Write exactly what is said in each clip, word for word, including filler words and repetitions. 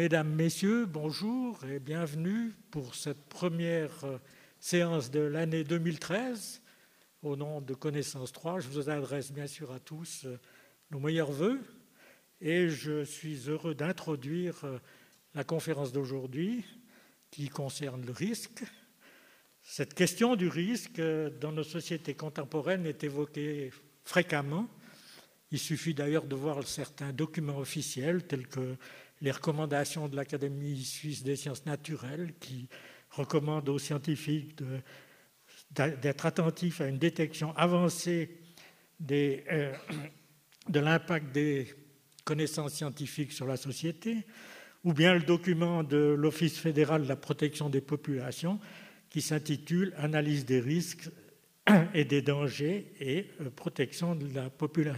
Mesdames, Messieurs, bonjour et bienvenue pour cette première séance de l'année deux mille treize. Au nom de Connaissance trois, je vous adresse bien sûr à tous nos meilleurs vœux et je suis heureux d'introduire la conférence d'aujourd'hui qui concerne le risque. Cette question du risque dans nos sociétés contemporaines est évoquée fréquemment. Il suffit d'ailleurs de voir certains documents officiels tels que les recommandations de l'Académie suisse des sciences naturelles qui recommandent aux scientifiques de, d'être attentifs à une détection avancée des, euh, de l'impact des connaissances scientifiques sur la société, ou bien le document de l'Office fédéral de la protection des populations qui s'intitule « Analyse des risques et des dangers et protection de la population ».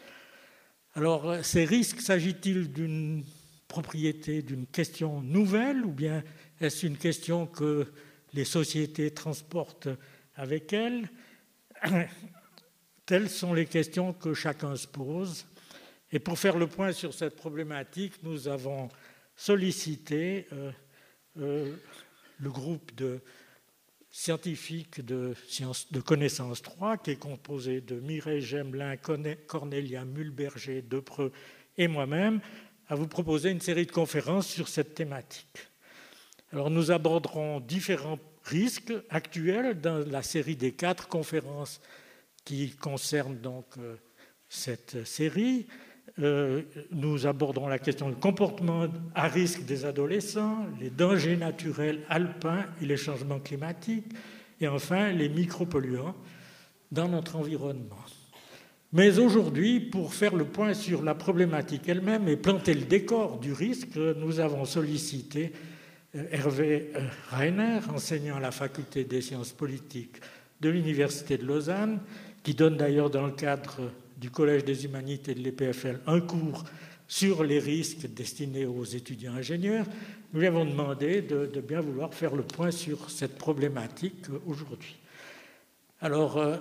Alors, ces risques, s'agit-il d'une propriété, d'une question nouvelle, ou bien est-ce une question que les sociétés transportent avec elles? Telles sont les questions que chacun se pose. Et pour faire le point sur cette problématique, nous avons sollicité euh, euh, le groupe de scientifiques de, sciences, de Connaissance trois, qui est composé de Mireille Gemelin, Cornelia Mulberger, Depreux et moi-même, à vous proposer une série de conférences sur cette thématique. Alors, nous aborderons différents risques actuels dans la série des quatre conférences qui concernent donc euh, cette série. Euh, nous aborderons la question du comportement à risque des adolescents, les dangers naturels alpins et les changements climatiques, et enfin les micropolluants dans notre environnement. Mais aujourd'hui, pour faire le point sur la problématique elle-même et planter le décor du risque, nous avons sollicité Hervé Rainer, enseignant à la faculté des sciences politiques de l'Université de Lausanne, qui donne d'ailleurs dans le cadre du Collège des humanités de l'E P F L un cours sur les risques destinés aux étudiants ingénieurs. Nous lui avons demandé de, de bien vouloir faire le point sur cette problématique aujourd'hui. Alors, euh,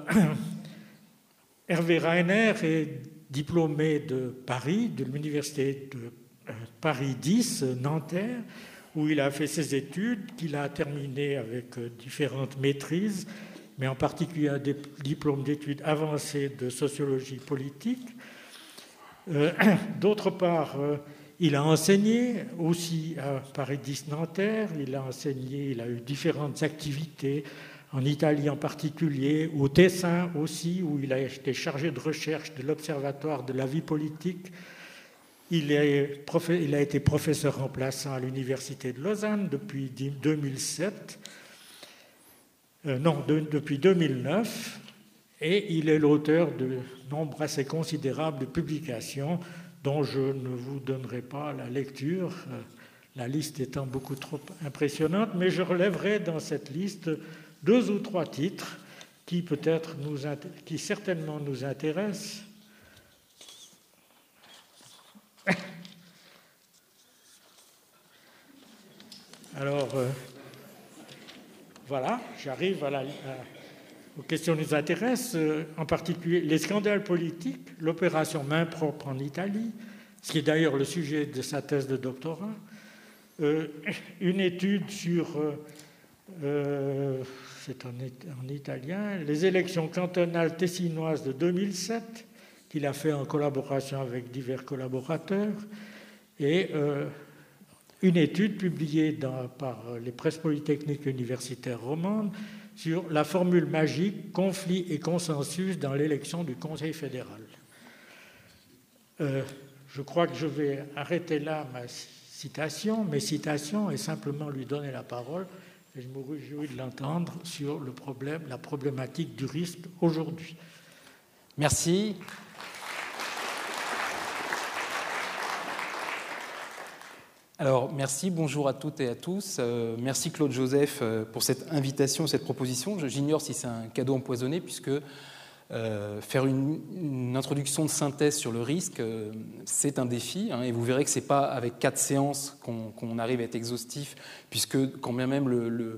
Hervé Rainer est diplômé de Paris, de l'Université de euh, Paris dix, Nanterre, où il a fait ses études, qu'il a terminées avec euh, différentes maîtrises, mais en particulier un diplôme d'études avancées de sociologie politique. Euh, d'autre part, euh, il a enseigné aussi à Paris dix Nanterre, il a enseigné, il a eu différentes activités, en Italie en particulier, au Tessin aussi, où il a été chargé de recherche de l'Observatoire de la vie politique. Il, est, il a été professeur remplaçant à l'Université de Lausanne depuis deux mille sept. Euh, non, de, depuis deux mille neuf, et il est l'auteur de nombre assez considérable de publications dont je ne vous donnerai pas la lecture, euh, la liste étant beaucoup trop impressionnante, mais je relèverai dans cette liste deux ou trois titres qui, peut-être nous, qui certainement nous intéressent. Alors, euh, voilà, j'arrive à la, à, aux questions qui nous intéressent, euh, en particulier les scandales politiques, l'opération main propre en Italie, ce qui est d'ailleurs le sujet de sa thèse de doctorat, euh, une étude sur, euh, euh, c'est en, en italien, les élections cantonales tessinoises de deux mille sept, qu'il a fait en collaboration avec divers collaborateurs, et euh, une étude publiée dans, par les presses polytechniques universitaires romandes sur la formule magique « conflit et consensus dans l'élection du Conseil fédéral ». Euh, je crois que je vais arrêter là ma citation, mes citations, et simplement lui donner la parole. Et je me réjouis de l'entendre sur le problème, la problématique du risque aujourd'hui. Merci. Alors, merci, bonjour à toutes et à tous. Euh, merci Claude Joseph pour cette invitation, cette proposition. J'ignore si c'est un cadeau empoisonné, puisque euh, faire une, une introduction de synthèse sur le risque, euh, c'est un défi. Hein, et vous verrez que ce n'est pas avec quatre séances qu'on, qu'on arrive à être exhaustif, puisque quand bien même le, le,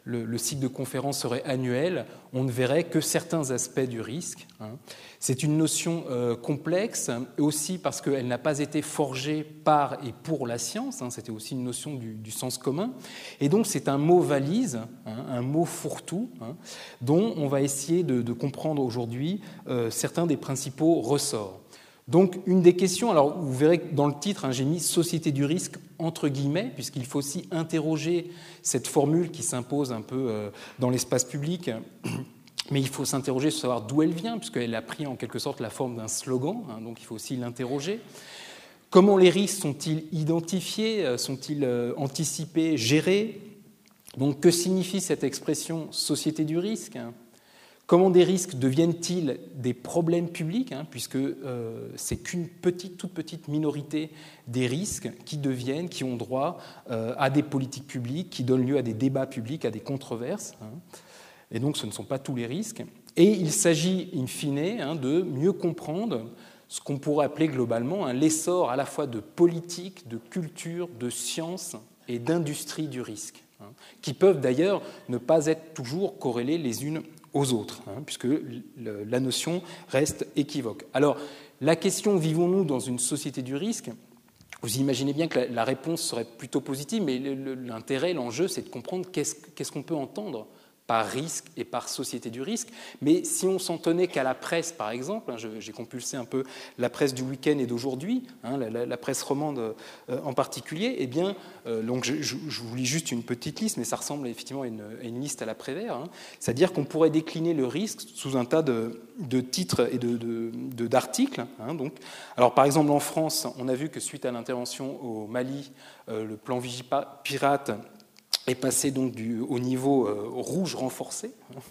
le, le cycle de conférences serait annuel, on ne verrait que certains aspects du risque. Hein. C'est une notion euh, complexe, aussi parce qu'elle n'a pas été forgée par et pour la science, hein, c'était aussi une notion du, du sens commun, et donc c'est un mot valise, hein, un mot fourre-tout, hein, dont on va essayer de, de comprendre aujourd'hui euh, certains des principaux ressorts. Donc, une des questions, alors vous verrez que dans le titre, hein, j'ai mis « société du risque » entre guillemets, puisqu'il faut aussi interroger cette formule qui s'impose un peu euh, dans l'espace public, mais il faut s'interroger sur savoir d'où elle vient, puisqu'elle a pris en quelque sorte la forme d'un slogan, hein, donc il faut aussi l'interroger. Comment les risques sont-ils identifiés, sont-ils euh, anticipés, gérés? Donc, que signifie cette expression « société du risque » ? Comment des risques deviennent-ils des problèmes publics, hein, puisque euh, c'est qu'une petite, toute petite minorité des risques qui deviennent, qui ont droit euh, à des politiques publiques, qui donnent lieu à des débats publics, à des controverses. Hein. Et donc, ce ne sont pas tous les risques. Et il s'agit, in fine, hein, de mieux comprendre ce qu'on pourrait appeler globalement hein, l'essor à la fois de politique, de culture, de science et d'industrie du risque, hein, qui peuvent d'ailleurs ne pas être toujours corrélées les unes aux autres, hein, puisque le, la notion reste équivoque. Alors, la question « vivons-nous dans une société du risque ?» Vous imaginez bien que la, la réponse serait plutôt positive, mais le, le, l'intérêt, l'enjeu, c'est de comprendre qu'est-ce, qu'est-ce qu'on peut entendre par risque et par société du risque. Mais si on s'en tenait qu'à la presse, par exemple, hein, je, j'ai compulsé un peu la presse du week-end et d'aujourd'hui, hein, la, la, la presse romande euh, en particulier, eh bien, euh, donc je, je, je vous lis juste une petite liste, mais ça ressemble effectivement à une, à une liste à la Prévert, hein, c'est-à-dire qu'on pourrait décliner le risque sous un tas de, de titres et de, de, de, d'articles. Hein, donc. Alors, par exemple, en France, on a vu que suite à l'intervention au Mali, euh, le plan Vigipirate est passé donc du, au niveau euh, rouge renforcé.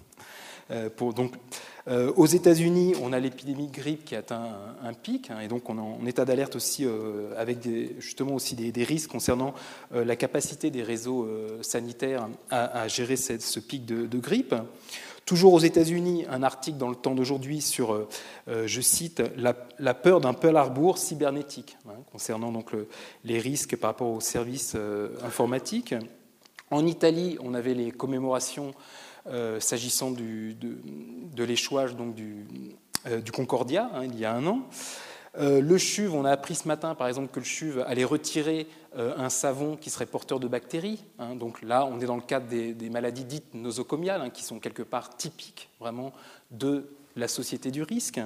Euh, pour, donc, euh, aux États-Unis, on a l'épidémie de grippe qui atteint un, un pic, hein, et donc on est en état d'alerte aussi euh, avec des, justement aussi des, des risques concernant euh, la capacité des réseaux euh, sanitaires à, à gérer cette, ce pic de, de grippe. Toujours aux États-Unis, un article dans le Temps d'aujourd'hui sur, euh, je cite, la, la peur d'un Pearl Harbor cybernétique, hein, concernant donc le, les risques par rapport aux services euh, informatiques. En Italie, on avait les commémorations euh, s'agissant du, de, de l'échouage donc du, euh, du Concordia, hein, il y a un an. Euh, le C H U V, on a appris ce matin, par exemple, que le C H U V allait retirer euh, un savon qui serait porteur de bactéries. Hein, donc là, on est dans le cadre des, des maladies dites nosocomiales, hein, qui sont quelque part typiques vraiment de la société du risque.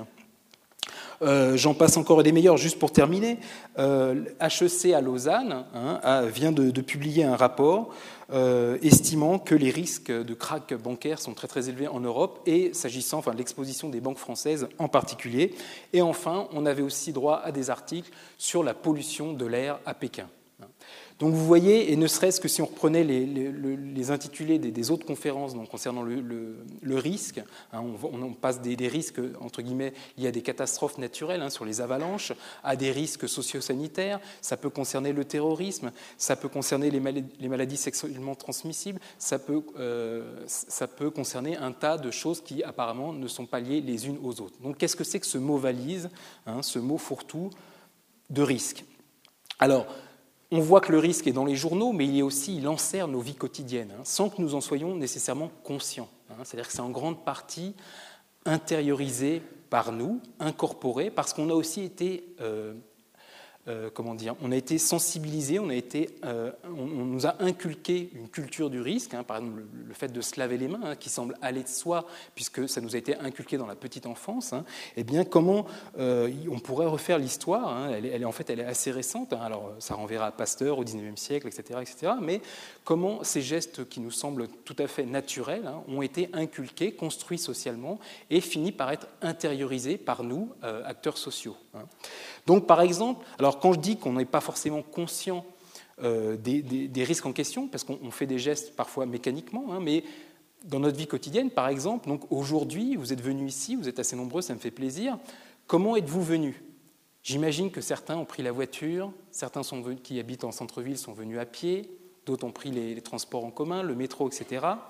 Euh, j'en passe encore des meilleurs, juste pour terminer. Euh, H E C à Lausanne hein, a, vient de, de publier un rapport euh, estimant que les risques de krach bancaire sont très très élevés en Europe et s'agissant enfin, de l'exposition des banques françaises en particulier. Et enfin, on avait aussi droit à des articles sur la pollution de l'air à Pékin. Donc vous voyez, et ne serait-ce que si on reprenait les, les, les intitulés des, des autres conférences donc concernant le, le, le risque, hein, on, on passe des, des risques, entre guillemets, liés à des catastrophes naturelles, hein, sur les avalanches, à des risques socio-sanitaires, ça peut concerner le terrorisme, ça peut concerner les maladies, les maladies sexuellement transmissibles, ça peut, euh, ça peut concerner un tas de choses qui apparemment ne sont pas liées les unes aux autres. Donc qu'est-ce que c'est que ce mot valise, hein, ce mot fourre-tout de risque? Alors, on voit que le risque est dans les journaux, mais il est aussi, il encerne nos vies quotidiennes, hein, sans que nous en soyons nécessairement conscients. Hein, c'est-à-dire que c'est en grande partie intériorisé par nous, incorporé, parce qu'on a aussi été, euh, euh, comment dire, on a été sensibilisé, on a été, euh, on, on nous a inculqué une culture du risque, hein, par exemple le, le fait de se laver les mains, hein, qui semble aller de soi, puisque ça nous a été inculqué dans la petite enfance. Hein, eh bien, comment euh, on pourrait refaire l'histoire, hein, elle, elle, en fait, elle est assez récente. Hein, alors, ça renverra à Pasteur au dix-neuvième siècle, et cetera, et cetera. Mais comment ces gestes qui nous semblent tout à fait naturels hein, ont été inculqués, construits socialement, et fini par être intériorisés par nous, euh, acteurs sociaux. Hein. Donc, par exemple, alors quand je dis qu'on n'est pas forcément conscient euh, des, des, des risques en question, parce qu'on fait des gestes parfois mécaniquement, hein, mais dans notre vie quotidienne, par exemple, donc aujourd'hui, vous êtes venus ici, vous êtes assez nombreux, ça me fait plaisir. Comment êtes-vous venus? J'imagine que certains ont pris la voiture, certains sont venus, qui habitent en centre-ville sont venus à pied, d'autres ont pris les, les transports en commun, le métro, et cetera.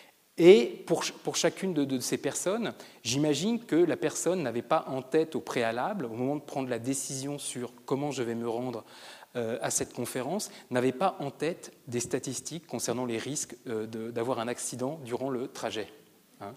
Et pour, pour chacune de, de ces personnes, j'imagine que la personne n'avait pas en tête au préalable, au moment de prendre la décision sur comment je vais me rendre euh, à cette conférence n'avait pas en tête des statistiques concernant les risques euh, de, d'avoir un accident durant le trajet. Hein.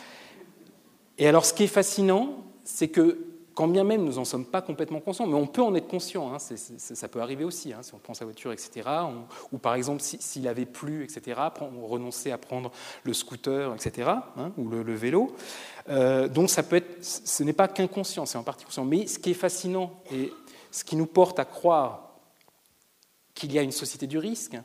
Et alors, ce qui est fascinant, c'est que quand bien même nous n'en sommes pas complètement conscients, mais on peut en être conscient, hein, c'est, c'est, ça peut arriver aussi, hein, si on prend sa voiture, et cetera, on, ou par exemple si, s'il avait plu, et cetera, on renonçait à prendre le scooter, et cetera, hein, ou le, le vélo. Euh, donc ça peut être, ce n'est pas qu'inconscient, c'est en partie conscient. Mais ce qui est fascinant et ce qui nous porte à croire qu'il y a une société du risque,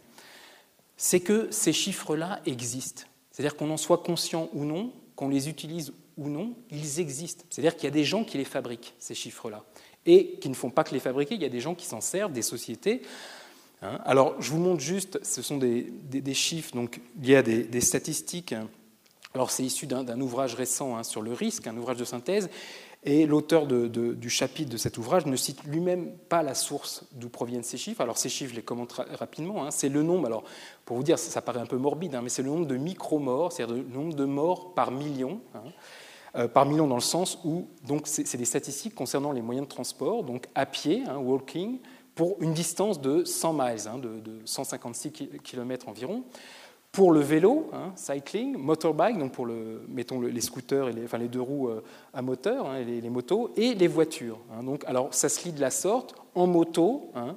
c'est que ces chiffres-là existent. C'est-à-dire qu'on en soit conscient ou non, qu'on les utilise ou non, ils existent. C'est-à-dire qu'il y a des gens qui les fabriquent, ces chiffres-là, et qui ne font pas que les fabriquer, il y a des gens qui s'en servent, des sociétés. Hein. Alors, je vous montre juste, ce sont des, des, des chiffres donc, liés à des, des statistiques. Alors, c'est issu d'un, d'un ouvrage récent hein, sur le risque, un ouvrage de synthèse, et l'auteur de, de, du chapitre de cet ouvrage ne cite lui-même pas la source d'où proviennent ces chiffres. Alors, ces chiffres, je les commente ra- rapidement. Hein. C'est le nombre, alors, pour vous dire, ça, ça paraît un peu morbide, hein, mais c'est le nombre de micro-morts, c'est-à-dire le nombre de morts par million, hein. Euh, par million dans le sens où donc c'est, c'est des statistiques concernant les moyens de transport, donc à pied, hein, walking, pour une distance de cent miles, hein, de, de cent cinquante-six kilomètres environ. Pour le vélo, hein, cycling, motorbike, donc pour le, mettons le, les scooters, et les, enfin les deux roues euh, à moteur, hein, les, les motos, et les voitures. Hein, donc, alors ça se lit de la sorte, en moto, hein,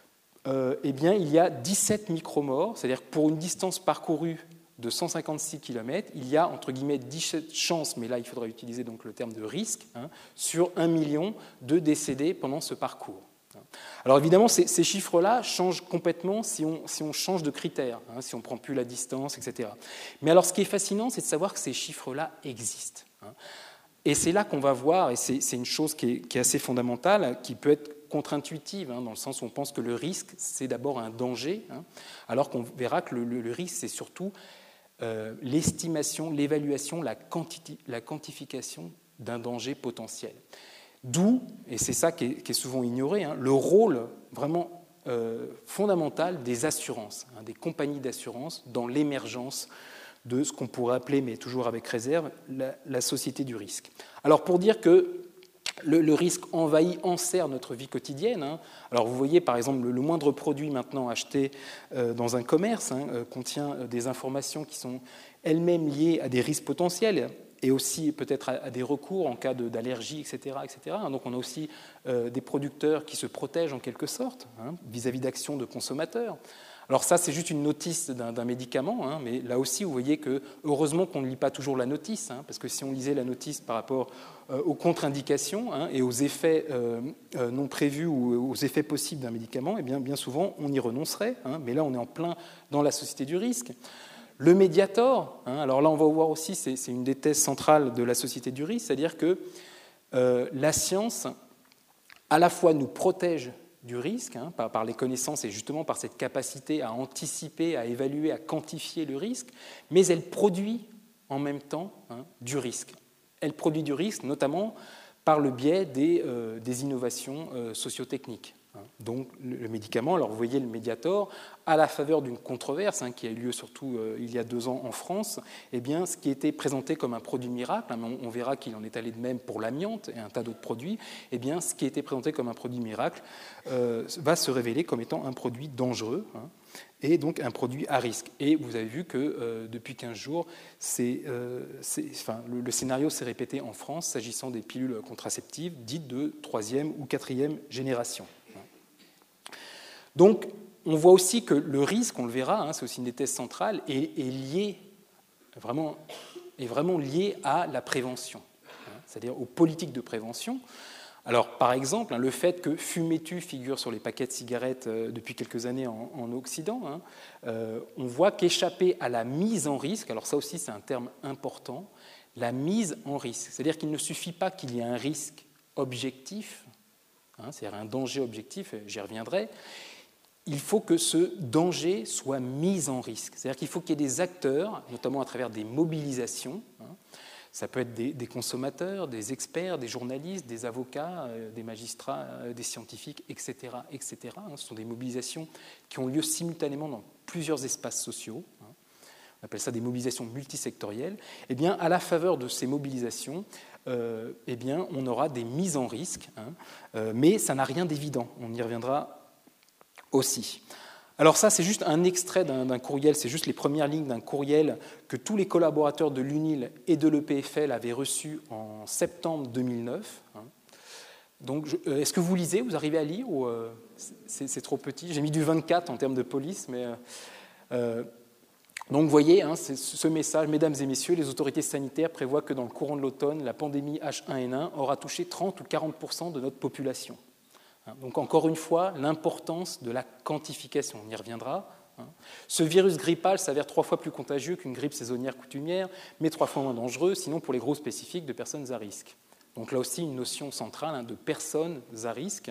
euh, eh bien, il y a dix-sept micromorts, c'est-à-dire que pour une distance parcourue de cent cinquante-six kilomètres, il y a entre guillemets dix-sept chances, mais là il faudrait utiliser donc le terme de risque, hein, sur un million de décédés pendant ce parcours. Alors évidemment, ces, ces chiffres-là changent complètement si on, si on change de critères, hein, si on ne prend plus la distance, et cetera. Mais alors ce qui est fascinant, c'est de savoir que ces chiffres-là existent. Hein. Et c'est là qu'on va voir, et c'est, c'est une chose qui est, qui est assez fondamentale, qui peut être contre-intuitive, hein, dans le sens où on pense que le risque, c'est d'abord un danger, hein, alors qu'on verra que le, le, le risque, c'est surtout Euh, l'estimation, l'évaluation, la, quanti- la quantification d'un danger potentiel. D'où, et c'est ça qui est, qui est souvent ignoré, hein, le rôle vraiment euh, fondamental des assurances, hein, des compagnies d'assurance dans l'émergence de ce qu'on pourrait appeler, mais toujours avec réserve, la, la société du risque. Alors pour dire que Le, le risque envahit, enserre notre vie quotidienne. Hein. Alors vous voyez par exemple le, le moindre produit maintenant acheté euh, dans un commerce hein, euh, contient euh, des informations qui sont elles-mêmes liées à des risques potentiels et aussi peut-être à, à des recours en cas de, d'allergie, et cetera, et cetera. Donc on a aussi euh, des producteurs qui se protègent en quelque sorte hein, vis-à-vis d'actions de consommateurs. Alors ça, c'est juste une notice d'un, d'un médicament, hein, mais là aussi, vous voyez que heureusement qu'on ne lit pas toujours la notice, hein, parce que si on lisait la notice par rapport euh, aux contre-indications hein, et aux effets euh, euh, non prévus ou aux effets possibles d'un médicament, eh bien, bien souvent, on y renoncerait. Hein, mais là, on est en plein dans la société du risque. Le Mediator, hein, alors là, on va voir aussi, c'est, c'est une des thèses centrales de la société du risque, c'est-à-dire que euh, la science, à la fois, nous protège du risque, hein, par, par les connaissances et justement par cette capacité à anticiper, à évaluer, à quantifier le risque, mais elle produit en même temps hein, du risque. Elle produit du risque notamment par le biais des, euh, des innovations euh, sociotechniques. Hein. Donc le, le médicament, alors vous voyez le Mediator, à la faveur d'une controverse hein, qui a eu lieu surtout euh, il y a deux ans en France, eh bien, ce qui était présenté comme un produit miracle, hein, on, on verra qu'il en est allé de même pour l'amiante et un tas d'autres produits, eh bien, ce qui était présenté comme un produit miracle euh, va se révéler comme étant un produit dangereux, hein, et donc un produit à risque. Et vous avez vu que euh, depuis quinze jours, c'est, euh, c'est, enfin, le, le scénario s'est répété en France s'agissant des pilules contraceptives dites de troisième ou quatrième génération. Donc, on voit aussi que le risque, on le verra, hein, c'est aussi une des thèses centrales, est, est, lié, vraiment, est vraiment lié à la prévention, hein, c'est-à-dire aux politiques de prévention. Alors, par exemple, hein, le fait que Fumez-tu figure sur les paquets de cigarettes euh, depuis quelques années en, en Occident, hein, euh, on voit qu'échapper à la mise en risque, alors ça aussi c'est un terme important, la mise en risque, c'est-à-dire qu'il ne suffit pas qu'il y ait un risque objectif, hein, c'est-à-dire un danger objectif, j'y reviendrai, il faut que ce danger soit mis en risque. C'est-à-dire qu'il faut qu'il y ait des acteurs, notamment à travers des mobilisations. Hein. Ça peut être des, des consommateurs, des experts, des journalistes, des avocats, euh, des magistrats, euh, des scientifiques, et cetera, et cetera. Hein. Ce sont des mobilisations qui ont lieu simultanément dans plusieurs espaces sociaux. Hein. On appelle ça des mobilisations multisectorielles. Eh bien, à la faveur de ces mobilisations, euh, eh bien, on aura des mises en risque, hein. euh, mais ça n'a rien d'évident. On y reviendra aussi. Alors ça, c'est juste un extrait d'un, d'un courriel, c'est juste les premières lignes d'un courriel que tous les collaborateurs de l'U N I L et de l'E P F L avaient reçu en septembre deux mille neuf. Donc, je, euh, est-ce que vous lisez? Vous arrivez à lire ou euh, c'est, c'est trop petit? J'ai mis du vingt-quatre en termes de police, mais... Euh, euh, donc, vous voyez, hein, c'est ce message, mesdames et messieurs, les autorités sanitaires prévoient que dans le courant de l'automne, la pandémie H un N un aura touché trente ou quarante pour cent de notre population. Donc, encore une fois, l'importance de la quantification, on y reviendra. Ce virus grippal s'avère trois fois plus contagieux qu'une grippe saisonnière coutumière, mais trois fois moins dangereux, sinon pour les groupes spécifiques de personnes à risque. Donc là aussi, une notion centrale hein, de personnes à risque.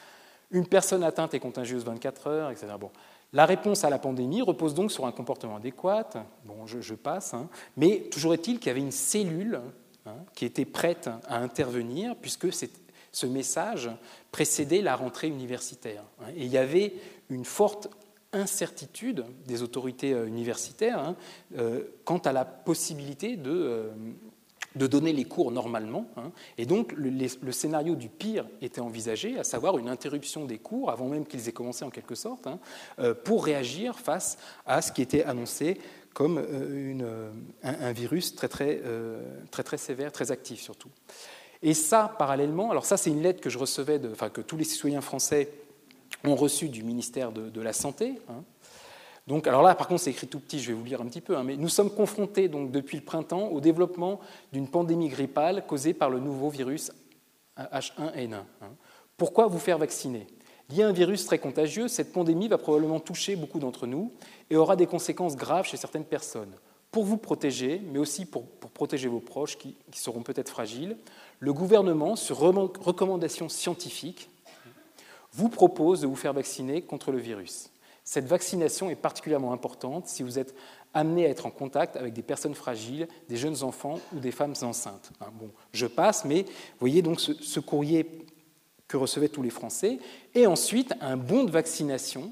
Une personne atteinte est contagieuse vingt-quatre heures, et cetera. Bon. La réponse à la pandémie repose donc sur un comportement adéquat. Bon, je, je passe. Hein, mais toujours est-il qu'il y avait une cellule hein, qui était prête à intervenir, puisque c'est ce message précédait la rentrée universitaire. Et il y avait une forte incertitude des autorités universitaires hein, euh, quant à la possibilité de, euh, de donner les cours normalement. Hein. Et donc, le, les, le scénario du pire était envisagé, à savoir une interruption des cours, avant même qu'ils aient commencé en quelque sorte, hein, euh, pour réagir face à ce qui était annoncé comme euh, une, un, un virus très très, euh, très très sévère, très actif surtout. Et ça, parallèlement, alors ça c'est une lettre que je recevais, de, enfin que tous les citoyens français ont reçue du ministère de, de la Santé. Hein. Donc, alors là, par contre, c'est écrit tout petit, je vais vous lire un petit peu. Hein, mais nous sommes confrontés donc depuis le printemps au développement d'une pandémie grippale causée par le nouveau virus H un N un. Hein. Pourquoi vous faire vacciner? Lié à un virus très contagieux, cette pandémie va probablement toucher beaucoup d'entre nous et aura des conséquences graves chez certaines personnes. Pour vous protéger, mais aussi pour, pour protéger vos proches qui, qui seront peut-être fragiles, le gouvernement, sur recommandation scientifique, vous propose de vous faire vacciner contre le virus. Cette vaccination est particulièrement importante si vous êtes amené à être en contact avec des personnes fragiles, des jeunes enfants ou des femmes enceintes. Bon, je passe, mais vous voyez donc ce, ce courrier que recevaient tous les Français, et ensuite un bon de vaccination,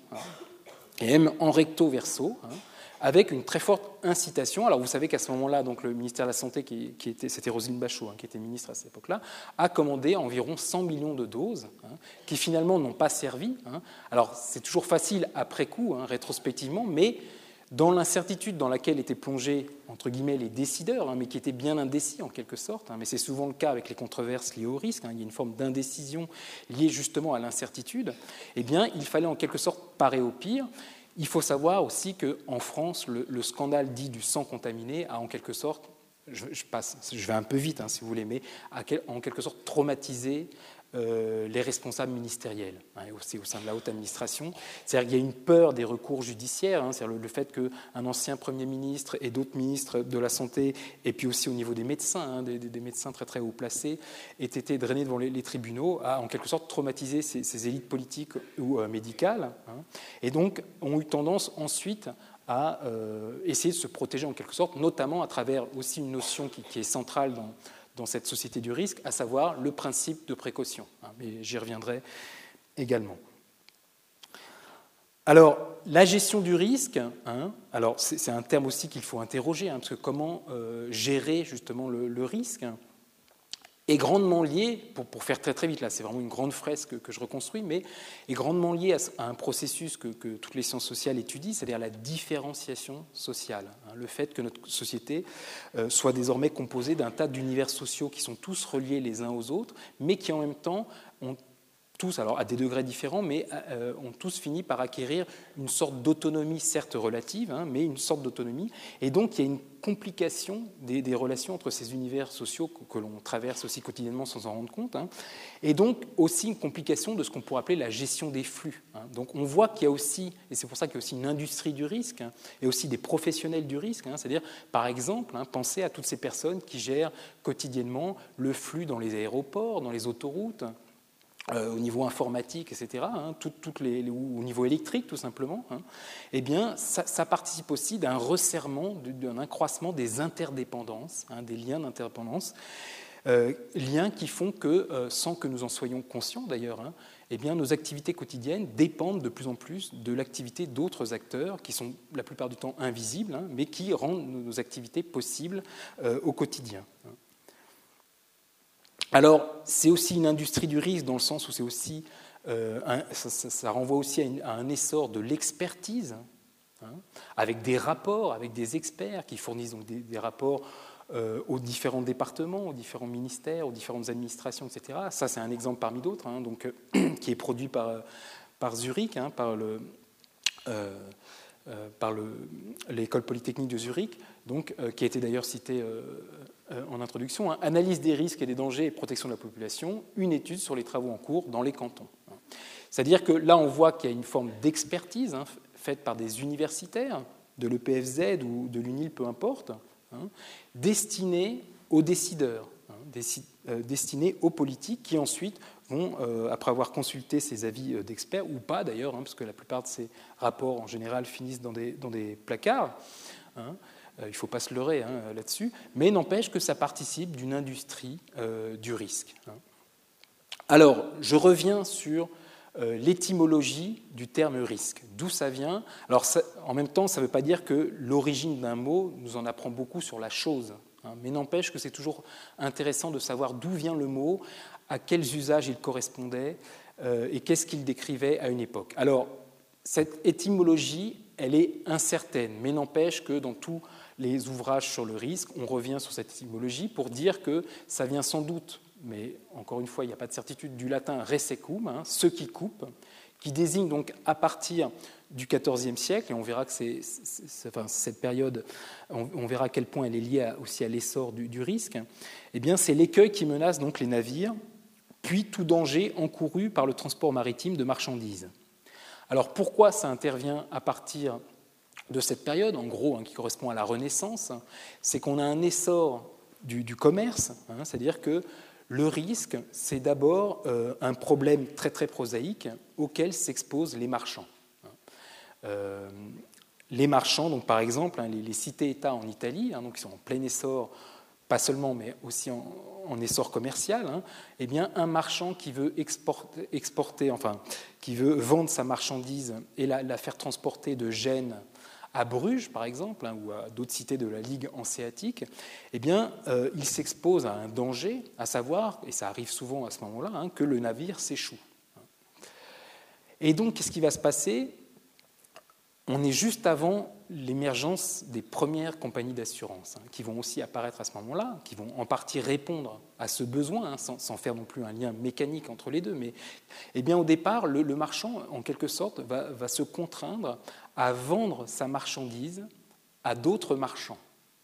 et même en recto verso, avec une très forte incitation. Alors vous savez qu'à ce moment-là, donc le ministère de la Santé, qui, qui était, c'était Roselyne Bachot, hein, qui était ministre à cette époque-là, a commandé environ cent millions de doses, hein, qui finalement n'ont pas servi. Hein. Alors c'est toujours facile après coup, hein, rétrospectivement, mais dans l'incertitude dans laquelle étaient plongés, entre guillemets, les décideurs, hein, mais qui étaient bien indécis en quelque sorte, hein, mais c'est souvent le cas avec les controverses liées au risque, hein, il y a une forme d'indécision liée justement à l'incertitude, eh bien il fallait en quelque sorte parer au pire. Il faut savoir aussi qu'en France, le, le scandale dit du sang contaminé a en quelque sorte, je, je, passe, je vais un peu vite hein, si vous voulez, mais a en quelque sorte traumatisé euh, les responsables ministériels, hein, et aussi au sein de la haute administration. C'est-à-dire qu'il y a une peur des recours judiciaires, hein, c'est-à-dire le, le fait qu'un ancien Premier ministre et d'autres ministres de la Santé, et puis aussi au niveau des médecins, hein, des, des médecins très très haut placés, aient été drainés devant les, les tribunaux, a en quelque sorte traumatisé ces, ces élites politiques ou euh, médicales, hein, et donc ont eu tendance ensuite à euh, essayer de se protéger en quelque sorte, notamment à travers aussi une notion qui, qui est centrale dans dans cette société du risque, à savoir le principe de précaution. Mais j'y reviendrai également. Alors, la gestion du risque, hein, alors c'est, c'est un terme aussi qu'il faut interroger, hein, parce que comment euh, gérer justement le, le risque hein, est grandement lié, pour, pour faire très très vite, là c'est vraiment une grande fresque que, que je reconstruis, mais est grandement lié à, à un processus que, que toutes les sciences sociales étudient, c'est-à-dire la différenciation sociale. Hein, le fait que notre société euh, soit désormais composée d'un tas d'univers sociaux qui sont tous reliés les uns aux autres, mais qui en même temps ont tous, alors à des degrés différents, mais euh, ont tous fini par acquérir une sorte d'autonomie, certes relative, hein, mais une sorte d'autonomie. Et donc, il y a une complication des, des relations entre ces univers sociaux que, que l'on traverse aussi quotidiennement sans en rendre compte. Hein, et donc, aussi une complication de ce qu'on pourrait appeler la gestion des flux. Hein. Donc, on voit qu'il y a aussi, et c'est pour ça qu'il y a aussi une industrie du risque, hein, et aussi des professionnels du risque. Hein, c'est-à-dire, par exemple, hein, pensez à toutes ces personnes qui gèrent quotidiennement le flux dans les aéroports, dans les autoroutes, Euh, au niveau informatique, et cetera, hein, tout, toutes les, les, ou au niveau électrique, tout simplement, hein, eh bien, ça, ça participe aussi d'un resserrement, d'un accroissement des interdépendances, hein, des liens d'interdépendance, euh, liens qui font que, euh, sans que nous en soyons conscients d'ailleurs, hein, eh bien, nos activités quotidiennes dépendent de plus en plus de l'activité d'autres acteurs qui sont la plupart du temps invisibles, hein, mais qui rendent nos activités possibles euh, au quotidien. Hein. Alors, c'est aussi une industrie du risque dans le sens où c'est aussi euh, un, ça, ça, ça renvoie aussi à, une, à un essor de l'expertise, hein, avec des rapports, avec des experts qui fournissent donc des, des rapports euh, aux différents départements, aux différents ministères, aux différentes administrations, et cetera. Ça, c'est un exemple parmi d'autres, hein, donc, euh, qui est produit par, par Zurich, hein, par le... Euh, Euh, par le, l'école polytechnique de Zurich, donc, euh, qui a été d'ailleurs citée euh, euh, en introduction, hein, analyse des risques et des dangers et protection de la population, une étude sur les travaux en cours dans les cantons. C'est-à-dire que là, on voit qu'il y a une forme d'expertise, hein, faite par des universitaires, de l'E P F Z ou de l'U N I L, peu importe, hein, destinée aux décideurs, hein, déci- euh, destinée aux politiques qui ensuite vont, euh, après avoir consulté ces avis d'experts, ou pas d'ailleurs, hein, parce que la plupart de ces rapports, en général, finissent dans des, dans des placards, hein, euh, il ne faut pas se leurrer hein, là-dessus, mais n'empêche que ça participe d'une industrie euh, du risque. Hein. Alors, je reviens sur euh, l'étymologie du terme risque. D'où ça vient ? Alors, ça, en même temps, ça ne veut pas dire que l'origine d'un mot nous en apprend beaucoup sur la chose, hein, mais n'empêche que c'est toujours intéressant de savoir d'où vient le mot, à quels usages il correspondait euh, et qu'est-ce qu'il décrivait à une époque. Alors, cette étymologie, elle est incertaine, mais n'empêche que dans tous les ouvrages sur le risque, on revient sur cette étymologie pour dire que ça vient sans doute, mais encore une fois, il n'y a pas de certitude, du latin resecum, hein, ce qui coupe, qui désigne donc à partir du quatorzième siècle, et on verra que c'est, c'est, c'est, enfin, cette période, on, on verra à quel point elle est liée à, aussi à l'essor du, du risque, eh bien, c'est l'écueil qui menace donc les navires, puis tout danger encouru par le transport maritime de marchandises. Alors pourquoi ça intervient à partir de cette période, en gros, hein, qui correspond à la Renaissance, c'est qu'on a un essor du, du commerce, hein, c'est-à-dire que le risque, c'est d'abord euh, un problème très très prosaïque auquel s'exposent les marchands. Euh, les marchands, donc par exemple, hein, les, les cités-États en Italie, hein, donc qui sont en plein essor, pas seulement, mais aussi en, en essor commercial, hein, eh bien, un marchand qui veut exporter, exporter, enfin, qui veut vendre sa marchandise et la, la faire transporter de Gênes à Bruges, par exemple, hein, ou à d'autres cités de la Ligue hanséatique, eh bien, euh, il s'expose à un danger, à savoir, et ça arrive souvent à ce moment-là, hein, que le navire s'échoue. Et donc, qu'est-ce qui va se passer ? On est juste avant l'émergence des premières compagnies d'assurance, hein, qui vont aussi apparaître à ce moment-là, qui vont en partie répondre à ce besoin, hein, sans, sans faire non plus un lien mécanique entre les deux. Mais eh bien, au départ, le, le marchand, en quelque sorte, va, va se contraindre à vendre sa marchandise à d'autres marchands.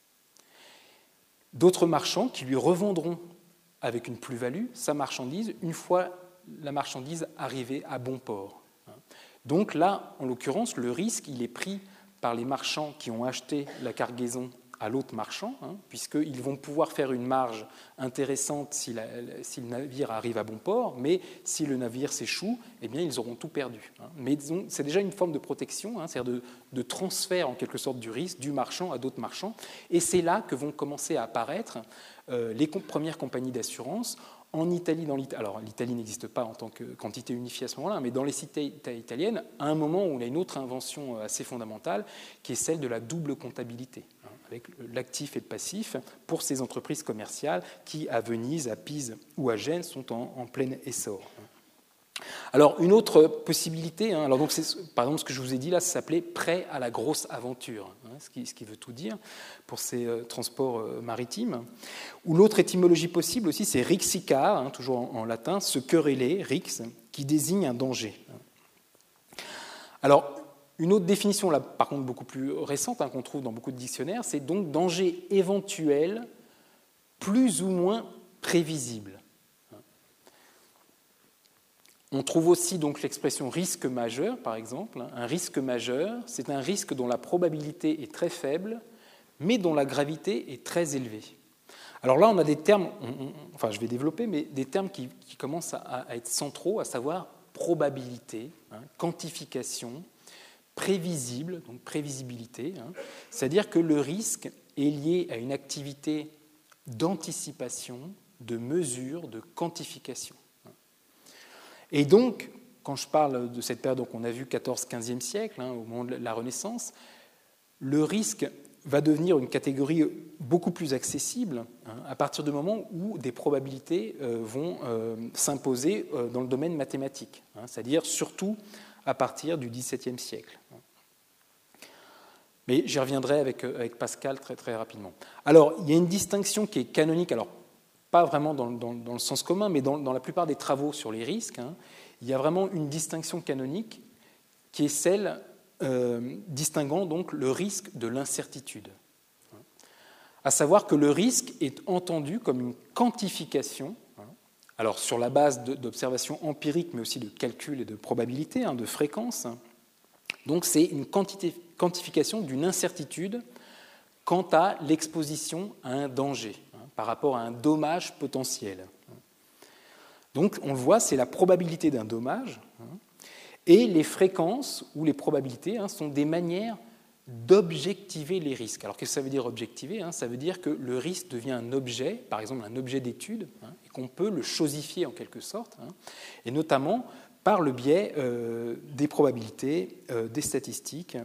D'autres marchands qui lui revendront avec une plus-value sa marchandise une fois la marchandise arrivée à bon port. Donc là, en l'occurrence, le risque, il est pris par les marchands qui ont acheté la cargaison à l'autre marchand, hein, puisqu'ils vont pouvoir faire une marge intéressante si, la, si le navire arrive à bon port, mais si le navire s'échoue, eh bien, ils auront tout perdu. Hein. Mais disons, c'est déjà une forme de protection, hein, c'est-à-dire de, de transfert en quelque sorte du risque du marchand à d'autres marchands, et c'est là que vont commencer à apparaître euh, les comp- premières compagnies d'assurance. En Italie, dans l'Italie, alors l'Italie n'existe pas en tant que quantité unifiée à ce moment-là, mais dans les cités italiennes, à un moment où il y a une autre invention assez fondamentale, qui est celle de la double comptabilité, hein, avec l'actif et le passif, pour ces entreprises commerciales qui, à Venise, à Pise ou à Gênes, sont en, en plein essor. Alors, une autre possibilité, hein, alors donc c'est, par exemple, ce que je vous ai dit là, ça s'appelait prêt à la grosse aventure, hein, ce, qui, ce qui veut tout dire pour ces euh, transports euh, maritimes. Ou l'autre étymologie possible aussi, c'est rixicar, hein, toujours en, en latin, se quereller, rix, qui désigne un danger. Alors, une autre définition, là, par contre, beaucoup plus récente, hein, qu'on trouve dans beaucoup de dictionnaires, c'est donc danger éventuel, plus ou moins prévisible. On trouve aussi donc l'expression risque majeur, par exemple. Un risque majeur, c'est un risque dont la probabilité est très faible, mais dont la gravité est très élevée. Alors là, on a des termes, on, on, enfin je vais développer, mais des termes qui, qui commencent à, à être centraux, à savoir probabilité, hein, quantification, prévisible, donc prévisibilité. Hein, c'est-à-dire que le risque est lié à une activité d'anticipation, de mesure, de quantification. Et donc, quand je parle de cette période, donc on a vu quatorzième quinzième siècle, hein, au moment de la Renaissance, le risque va devenir une catégorie beaucoup plus accessible hein, à partir du moment où des probabilités euh, vont euh, s'imposer euh, dans le domaine mathématique, hein, c'est-à-dire surtout à partir du dix-septième siècle. Mais j'y reviendrai avec, avec Pascal très, très rapidement. Alors, il y a une distinction qui est canonique, alors pas vraiment dans, dans, dans le sens commun, mais dans, dans la plupart des travaux sur les risques, hein, il y a vraiment une distinction canonique qui est celle euh, distinguant donc le risque de l'incertitude. À savoir que le risque est entendu comme une quantification, hein, alors sur la base d'observations empiriques, mais aussi de calculs et de probabilités, hein, de fréquences. Donc c'est une quantité, quantification d'une incertitude quant à l'exposition à un danger, hein, par rapport à un dommage potentiel. Donc on le voit, c'est la probabilité d'un dommage, hein, et les fréquences ou les probabilités hein, sont des manières d'objectiver les risques. Alors qu'est-ce que ça veut dire objectiver hein? Ça veut dire que le risque devient un objet, par exemple un objet d'étude, hein, et qu'on peut le chosifier en quelque sorte, hein, et notamment par le biais euh, des probabilités, euh, des statistiques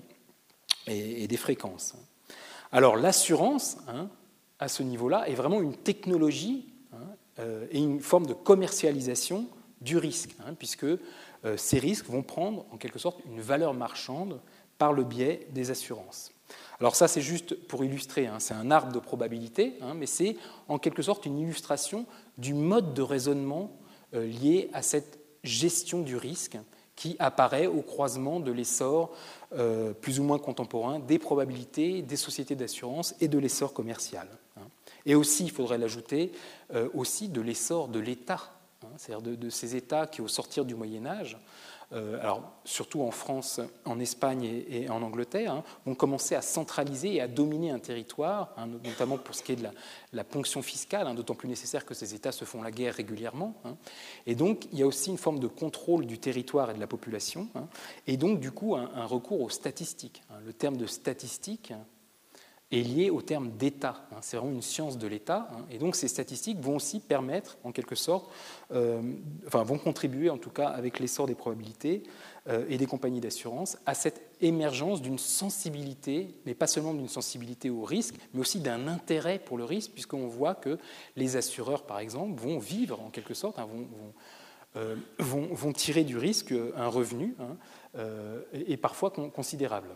et, et des fréquences. Alors l'assurance, hein, à ce niveau-là, est vraiment une technologie hein, euh, et une forme de commercialisation du risque, hein, puisque euh, ces risques vont prendre en quelque sorte une valeur marchande par le biais des assurances. Alors ça, c'est juste pour illustrer, hein, c'est un arbre de probabilité, hein, mais c'est en quelque sorte une illustration du mode de raisonnement euh, lié à cette gestion du risque qui apparaît au croisement de l'essor euh, plus ou moins contemporain des probabilités, des sociétés d'assurance et de l'essor commercial. Hein. Et aussi, il faudrait l'ajouter, euh, aussi de l'essor de l'État, hein, c'est-à-dire de, de ces États qui, au sortir du Moyen-Âge, Euh, alors surtout en France, en Espagne et, et en Angleterre, hein, ont commencé à centraliser et à dominer un territoire, hein, notamment pour ce qui est de la, la ponction fiscale, hein, d'autant plus nécessaire que ces États se font la guerre régulièrement. Hein. Et donc, il y a aussi une forme de contrôle du territoire et de la population, hein, et donc, du coup, un, un recours aux statistiques. Hein. Le terme de statistique est lié au terme d'État. Hein. C'est vraiment une science de l'État. Hein. Et donc, ces statistiques vont aussi permettre, en quelque sorte, euh, enfin, vont contribuer, en tout cas, avec l'essor des probabilités euh, et des compagnies d'assurance, à cette émergence d'une sensibilité, mais pas seulement d'une sensibilité au risque, mais aussi d'un intérêt pour le risque, puisqu'on voit que les assureurs, par exemple, vont vivre, en quelque sorte, hein, vont, vont, euh, vont, vont tirer du risque un revenu, hein, euh, et, et parfois considérable.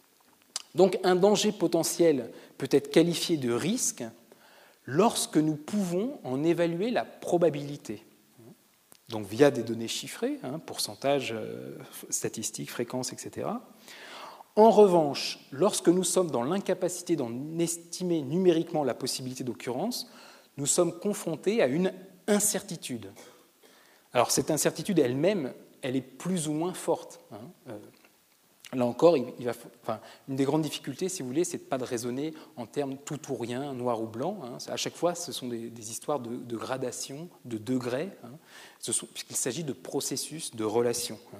Donc un danger potentiel peut être qualifié de risque lorsque nous pouvons en évaluer la probabilité. Donc via des données chiffrées, hein, pourcentage, euh, statistiques, fréquences, et cetera. En revanche, lorsque nous sommes dans l'incapacité d'en estimer numériquement la possibilité d'occurrence, nous sommes confrontés à une incertitude. Alors cette incertitude elle-même, elle est plus ou moins forte. Hein, euh, Là encore, il va, enfin, une des grandes difficultés, si vous voulez, c'est de pas de raisonner en termes tout ou rien, noir ou blanc. Hein. À chaque fois, ce sont des, des histoires de, de gradation, de degrés, hein. Ce sont, puisqu'il s'agit de processus, de relations. Hein.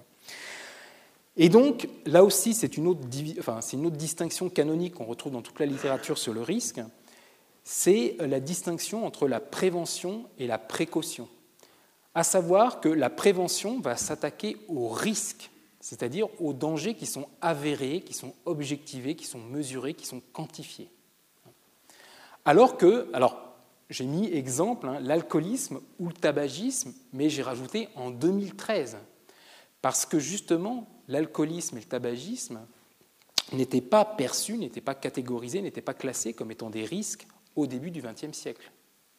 Et donc, là aussi, c'est une, autre, enfin, c'est une autre distinction canonique qu'on retrouve dans toute la littérature sur le risque, c'est la distinction entre la prévention et la précaution. À savoir que la prévention va s'attaquer au risque, c'est-à-dire aux dangers qui sont avérés, qui sont objectivés, qui sont mesurés, qui sont quantifiés. Alors que, alors j'ai mis exemple, hein, l'alcoolisme ou le tabagisme, mais j'ai rajouté en deux mille treize, parce que justement, l'alcoolisme et le tabagisme n'étaient pas perçus, n'étaient pas catégorisés, n'étaient pas classés comme étant des risques au début du vingtième siècle.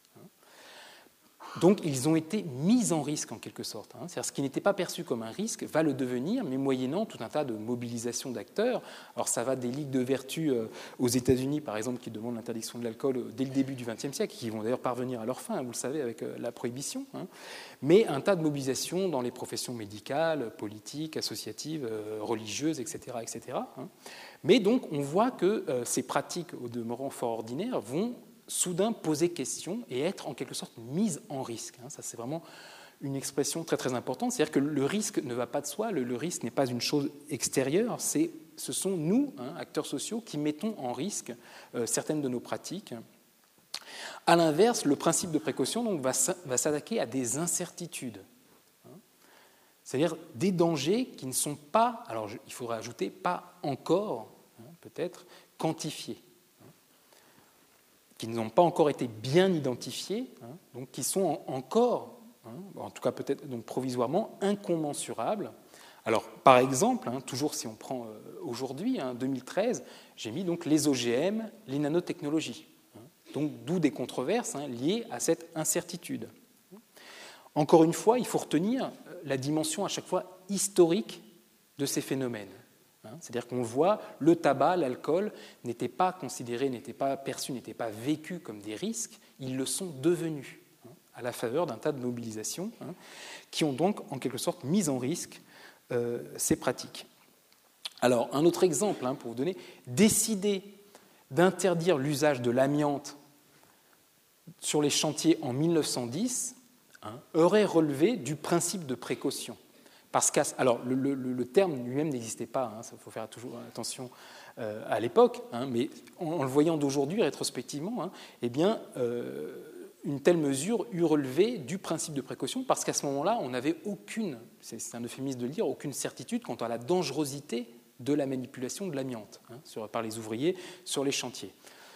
Donc, ils ont été mis en risque, en quelque sorte. Hein. C'est-à-dire, ce qui n'était pas perçu comme un risque va le devenir, mais moyennant tout un tas de mobilisations d'acteurs. Alors, ça va des ligues de vertu euh, aux États-Unis, par exemple, qui demandent l'interdiction de l'alcool euh, dès le début du vingtième siècle, qui vont d'ailleurs parvenir à leur fin, vous le savez, avec euh, la prohibition. Hein. Mais un tas de mobilisations dans les professions médicales, politiques, associatives, euh, religieuses, et cetera, et cetera. Hein. Mais donc, on voit que euh, ces pratiques, au demeurant fort ordinaires, vont soudain poser question et être en quelque sorte mise en risque. Ça, c'est vraiment une expression très très importante. C'est-à-dire que le risque ne va pas de soi, le, le risque n'est pas une chose extérieure, c'est, ce sont nous, hein, acteurs sociaux, qui mettons en risque euh, certaines de nos pratiques. À l'inverse, le principe de précaution donc, va, va s'attaquer à des incertitudes, hein, c'est-à-dire des dangers qui ne sont pas, alors il faudrait ajouter, pas encore, hein, peut-être, quantifiés. qui n'ont pas encore été bien identifiés, hein, donc qui sont encore, hein, en tout cas peut-être donc provisoirement, incommensurables. Alors, par exemple, hein, toujours si on prend euh, aujourd'hui, hein, deux mille treize, j'ai mis donc les O G M, les nanotechnologies. Hein, donc, d'où des controverses hein, liées à cette incertitude. Encore une fois, il faut retenir la dimension à chaque fois historique de ces phénomènes. Hein, c'est-à-dire qu'on voit le tabac, l'alcool n'étaient pas considérés, n'étaient pas perçus, n'étaient pas vécus comme des risques, ils le sont devenus hein, à la faveur d'un tas de mobilisations hein, qui ont donc en quelque sorte mis en risque Euh, ces pratiques. Alors, un autre exemple, hein, pour vous donner, décider d'interdire l'usage de l'amiante sur les chantiers en mille neuf cent dix hein, aurait relevé du principe de précaution. Parce que, alors, le, le, le terme lui-même n'existait pas, hein, ça faut faire toujours attention euh, à l'époque, hein, mais en, en le voyant d'aujourd'hui, rétrospectivement, hein, eh bien, euh, une telle mesure eût relevé du principe de précaution parce qu'à ce moment-là, on n'avait aucune, c'est un euphémisme de le dire, aucune certitude quant à la dangerosité de la manipulation de l'amiante hein, sur, par les ouvriers sur les chantiers.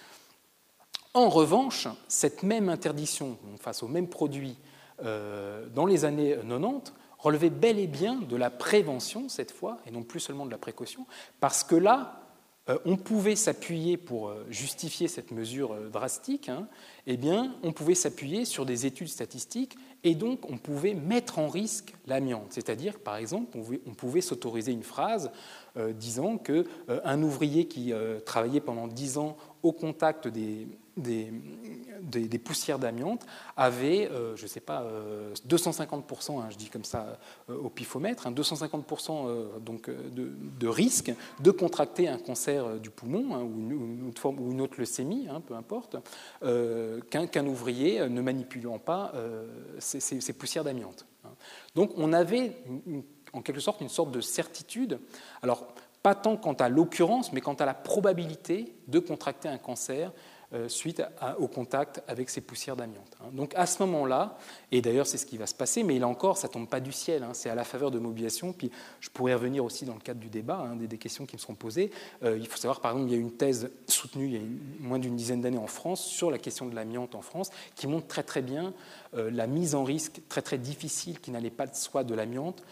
En revanche, cette même interdiction face aux mêmes produits euh, dans les années quatre-vingt-dix relevait bel et bien de la prévention cette fois et non plus seulement de la précaution parce que là, Euh, on pouvait s'appuyer pour euh, justifier cette mesure euh, drastique, hein, eh bien, on pouvait s'appuyer sur des études statistiques et donc on pouvait mettre en risque l'amiante. C'est-à-dire, par exemple, on pouvait, on pouvait s'autoriser une phrase euh, disant qu'un euh, ouvrier qui euh, travaillait pendant dix ans au contact des, des, des, des poussières d'amiante avait, euh, je ne sais pas, euh, deux cent cinquante pour cent, hein, je dis comme ça euh, au pifomètre, hein, deux cent cinquante pour cent euh, donc, de, de risque de contracter un cancer du poumon hein, ou, une, une autre forme, ou une autre leucémie, hein, peu importe, euh, qu'un qu'un ouvrier ne manipulant pas euh, ces, ces, ces poussières d'amiante. Hein. Donc on avait une, en quelque sorte une sorte de certitude. Alors, pas tant quant à l'occurrence, mais quant à la probabilité de contracter un cancer euh, suite à, au contact avec ces poussières d'amiante. Hein. Donc à ce moment-là, et d'ailleurs c'est ce qui va se passer, mais là encore, ça ne tombe pas du ciel, hein, c'est à la faveur de mobilisation, puis je pourrais revenir aussi dans le cadre du débat, hein, des, des questions qui me seront posées. Euh, il faut savoir, par exemple, il y a une thèse soutenue il y a une, moins d'une dizaine d'années en France sur la question de l'amiante en France, qui montre très très bien euh, la mise en risque très très difficile qui n'allait pas de soi de l'amiante,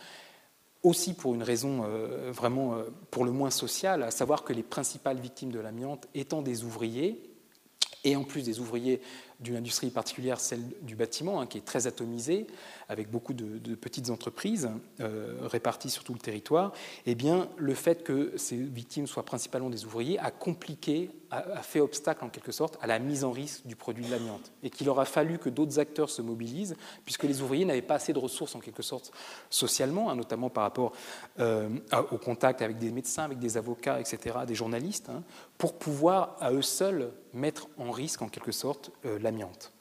aussi pour une raison euh, vraiment euh, pour le moins sociale, à savoir que les principales victimes de l'amiante étant des ouvriers, et en plus des ouvriers d'une industrie particulière, celle du bâtiment, hein, qui est très atomisée, avec beaucoup de, de petites entreprises euh, réparties sur tout le territoire, eh bien, le fait que ces victimes soient principalement des ouvriers a compliqué, a, a fait obstacle en quelque sorte à la mise en risque du produit de l'amiante, et qu'il aura fallu que d'autres acteurs se mobilisent, puisque les ouvriers n'avaient pas assez de ressources en quelque sorte socialement, hein, notamment par rapport euh, au contact avec des médecins, avec des avocats, et cetera, des journalistes, hein, pour pouvoir à eux seuls mettre en risque en quelque sorte euh, l'amiante.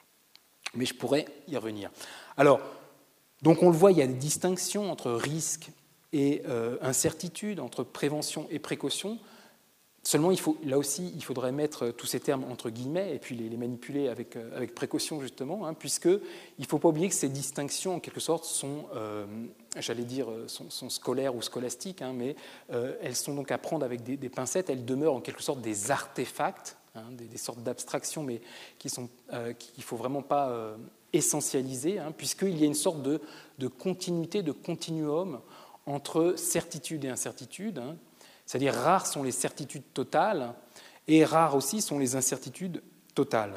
Mais je pourrais y revenir. Alors, donc on le voit, il y a des distinctions entre risque et euh, incertitude, entre prévention et précaution. Seulement, il faut, là aussi, il faudrait mettre tous ces termes entre guillemets et puis les, les manipuler avec, euh, avec précaution, justement, hein, puisqu'il ne faut pas oublier que ces distinctions, en quelque sorte, sont, euh, j'allais dire, sont, sont scolaires ou scolastiques, hein, mais euh, elles sont donc à prendre avec des, des pincettes, elles demeurent en quelque sorte des artefacts, hein, des, des sortes d'abstractions, mais qui sont, euh, qu'il ne faut vraiment pas euh, essentialiser, hein, puisqu'il y a une sorte de, de continuité, de continuum entre certitude et incertitude, hein. C'est-à-dire rares sont les certitudes totales et rares aussi sont les incertitudes totales.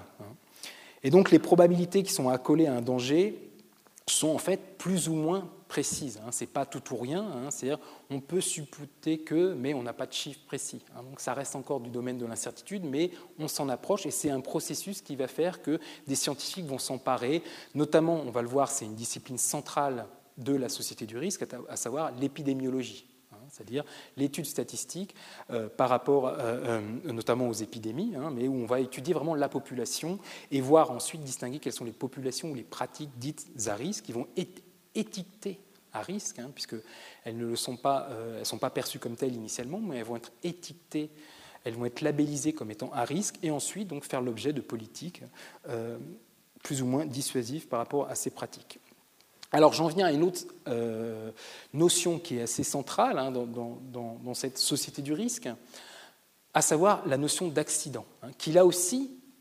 Et donc les probabilités qui sont accolées à un danger sont en fait plus ou moins précises. Ce n'est pas tout ou rien, c'est-à-dire on peut supputer que, mais on n'a pas de chiffre précis. Donc ça reste encore du domaine de l'incertitude, mais on s'en approche et c'est un processus qui va faire que des scientifiques vont s'emparer, notamment, on va le voir, c'est une discipline centrale de la société du risque, à savoir l'épidémiologie. C'est-à-dire l'étude statistique euh, par rapport euh, euh, notamment aux épidémies, hein, mais où on va étudier vraiment la population et voir ensuite distinguer quelles sont les populations ou les pratiques dites à risque qui vont être étiquetées à risque, hein, puisqu'elles ne le sont pas, euh, elles sont pas perçues comme telles initialement, mais elles vont être étiquetées, elles vont être labellisées comme étant à risque et ensuite donc faire l'objet de politiques euh, plus ou moins dissuasives par rapport à ces pratiques. Alors j'en viens à une autre euh, notion qui est assez centrale hein, dans, dans, dans cette société du risque, à savoir la notion d'accident, hein, qui là aussi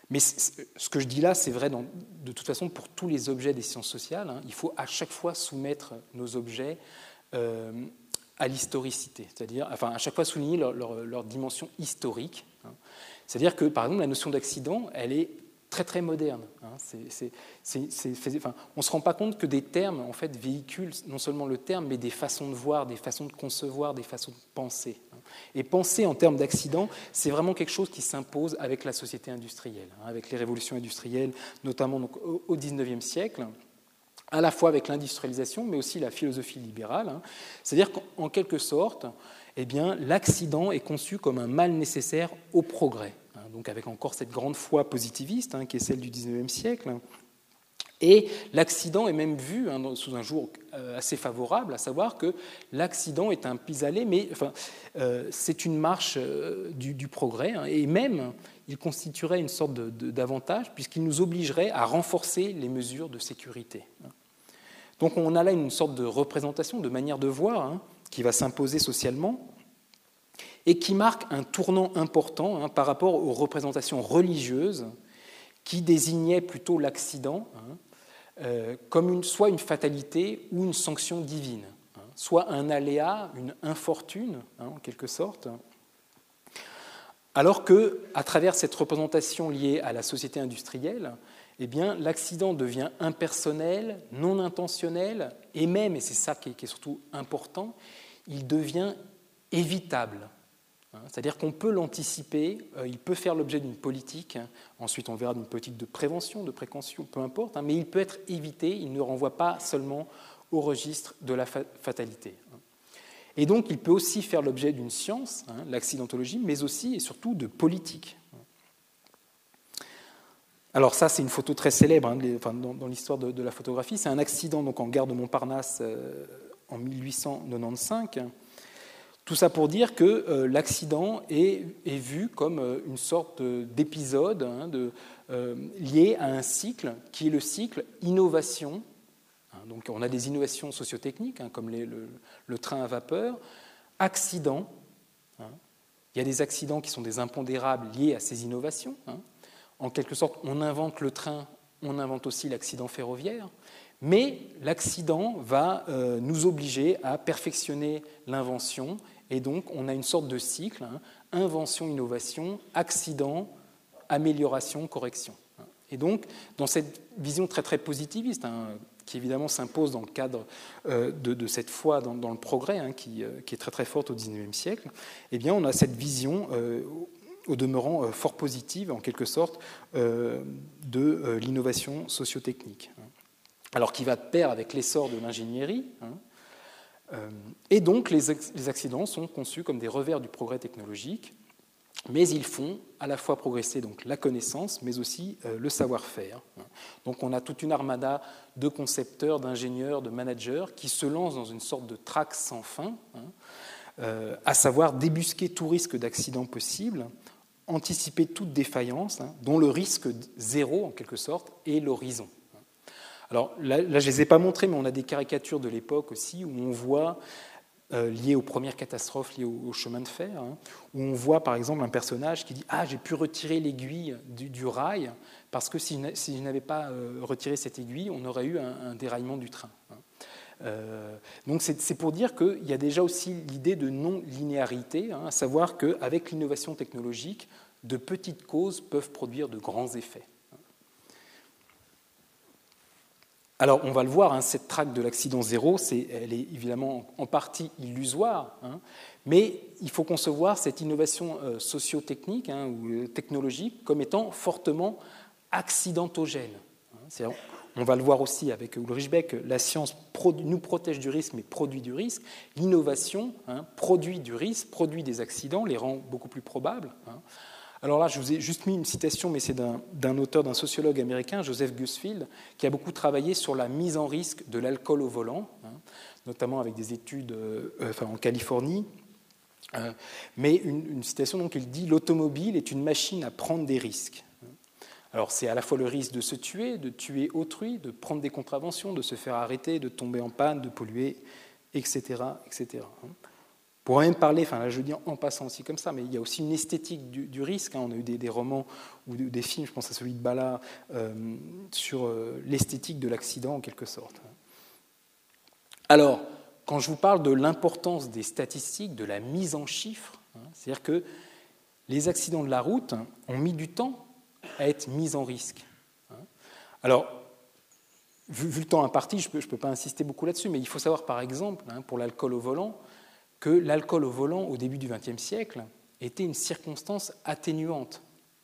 Mais ce que je dis là, c'est vrai dans, de toute façon pour tous les objets des sciences sociales. Hein, il faut à chaque fois soumettre nos objets euh, à l'historicité, c'est-à-dire, enfin, à chaque fois souligner leur, leur, leur dimension historique. Hein. C'est-à-dire que, par exemple, la notion d'accident, elle est très très moderne. Hein. C'est, c'est, c'est, c'est, enfin, on ne se rend pas compte que des termes en fait, véhiculent non seulement le terme, mais des façons de voir, des façons de concevoir, des façons de penser. Hein. Et penser en termes d'accident, c'est vraiment quelque chose qui s'impose avec la société industrielle, hein, avec les révolutions industrielles, notamment donc, au dix-neuvième siècle, à la fois avec l'industrialisation, mais aussi la philosophie libérale. Hein. C'est-à-dire qu'en quelque sorte, eh bien, l'accident est conçu comme un mal nécessaire au progrès. Donc avec encore cette grande foi positiviste hein, qui est celle du dix-neuvième siècle. Et l'accident est même vu hein, sous un jour assez favorable, à savoir que l'accident est un pis-aller, mais enfin, euh, c'est une marche euh, du, du progrès, hein, et même il constituerait une sorte de, de, d'avantage puisqu'il nous obligerait à renforcer les mesures de sécurité. Donc on a là une sorte de représentation, de manière de voir hein, qui va s'imposer socialement, et qui marque un tournant important hein, par rapport aux représentations religieuses qui désignaient plutôt l'accident hein, euh, comme une, soit une fatalité ou une sanction divine, hein, soit un aléa, une infortune, hein, en quelque sorte. Alors que, à travers cette représentation liée à la société industrielle, eh bien, l'accident devient impersonnel, non intentionnel, et même, et c'est ça qui est, qui est surtout important, il devient évitable. C'est-à-dire qu'on peut l'anticiper, il peut faire l'objet d'une politique, ensuite on verra d'une politique de prévention, de précaution, peu importe, mais il peut être évité, il ne renvoie pas seulement au registre de la fatalité. Et donc il peut aussi faire l'objet d'une science, l'accidentologie, mais aussi et surtout de politique. Alors ça, c'est une photo très célèbre hein, dans l'histoire de la photographie, c'est un accident donc, en gare de Montparnasse en mille huit cent quatre-vingt-quinze. Tout ça pour dire que euh, l'accident est, est vu comme euh, une sorte d'épisode hein, de, euh, lié à un cycle qui est le cycle innovation. Hein, donc on a des innovations sociotechniques hein, comme les, le, le train à vapeur, accident. Hein, il y a des accidents qui sont des impondérables liés à ces innovations. Hein. En quelque sorte, on invente le train, on invente aussi l'accident ferroviaire. Mais l'accident va euh, nous obliger à perfectionner l'invention. Et donc, on a une sorte de cycle, hein, invention, innovation, accident, amélioration, correction. Et donc, dans cette vision très, très positiviste, hein, qui évidemment s'impose dans le cadre euh, de, de cette foi dans, dans le progrès, hein, qui, euh, qui est très, très forte au dix-neuvième siècle, eh bien, on a cette vision, euh, au demeurant, euh, fort positive, en quelque sorte, euh, de euh, l'innovation sociotechnique. Alors, qui va de pair avec l'essor de l'ingénierie, hein, Euh, et donc, les, les accidents sont conçus comme des revers du progrès technologique, mais ils font à la fois progresser donc, la connaissance, mais aussi euh, le savoir-faire. Donc, on a toute une armada de concepteurs, d'ingénieurs, de managers qui se lancent dans une sorte de traque sans fin, hein, euh, à savoir débusquer tout risque d'accident possible, anticiper toute défaillance, hein, dont le risque zéro, en quelque sorte, est l'horizon. Alors là, là je ne les ai pas montrées, mais on a des caricatures de l'époque aussi où on voit, euh, liées aux premières catastrophes liées au, au chemin de fer, hein, où on voit par exemple un personnage qui dit « Ah, j'ai pu retirer l'aiguille du, du rail parce que si, si je n'avais pas euh, retiré cette aiguille, on aurait eu un, un déraillement du train. Hein. » euh, Donc c'est, c'est pour dire qu'il y a déjà aussi l'idée de non-linéarité, hein, à savoir qu'avec l'innovation technologique, de petites causes peuvent produire de grands effets. Alors, on va le voir, hein, cette traque de l'accident zéro, c'est, elle est évidemment en partie illusoire, hein, mais il faut concevoir cette innovation euh, socio-technique hein, ou technologique comme étant fortement accidentogène. Hein, on va le voir aussi avec Ulrich Beck, la science produ- nous protège du risque, mais produit du risque. L'innovation hein, produit du risque, produit des accidents, les rend beaucoup plus probables. Hein. Alors là, je vous ai juste mis une citation, mais c'est d'un, d'un auteur, d'un sociologue américain, Joseph Gusfield, qui a beaucoup travaillé sur la mise en risque de l'alcool au volant, hein, notamment avec des études euh, enfin, en Californie. Euh, mais une, une citation, donc, il dit « L'automobile est une machine à prendre des risques ». Alors c'est à la fois le risque de se tuer, de tuer autrui, de prendre des contraventions, de se faire arrêter, de tomber en panne, de polluer, et cetera, et cetera. pourrait même parler, enfin là je dis en passant aussi comme ça, mais il y a aussi une esthétique du, du risque. Hein. On a eu des, des romans ou des films, je pense à celui de Ballard, euh, sur euh, l'esthétique de l'accident en quelque sorte. Alors, quand je vous parle de l'importance des statistiques, de la mise en chiffres, hein, c'est-à-dire que les accidents de la route ont mis du temps à être mis en risque. Hein. Alors, vu, vu le temps imparti, je ne peux, je peux pas insister beaucoup là-dessus, mais il faut savoir par exemple, hein, pour l'alcool au volant, que l'alcool au volant au début du vingtième siècle était une circonstance atténuante.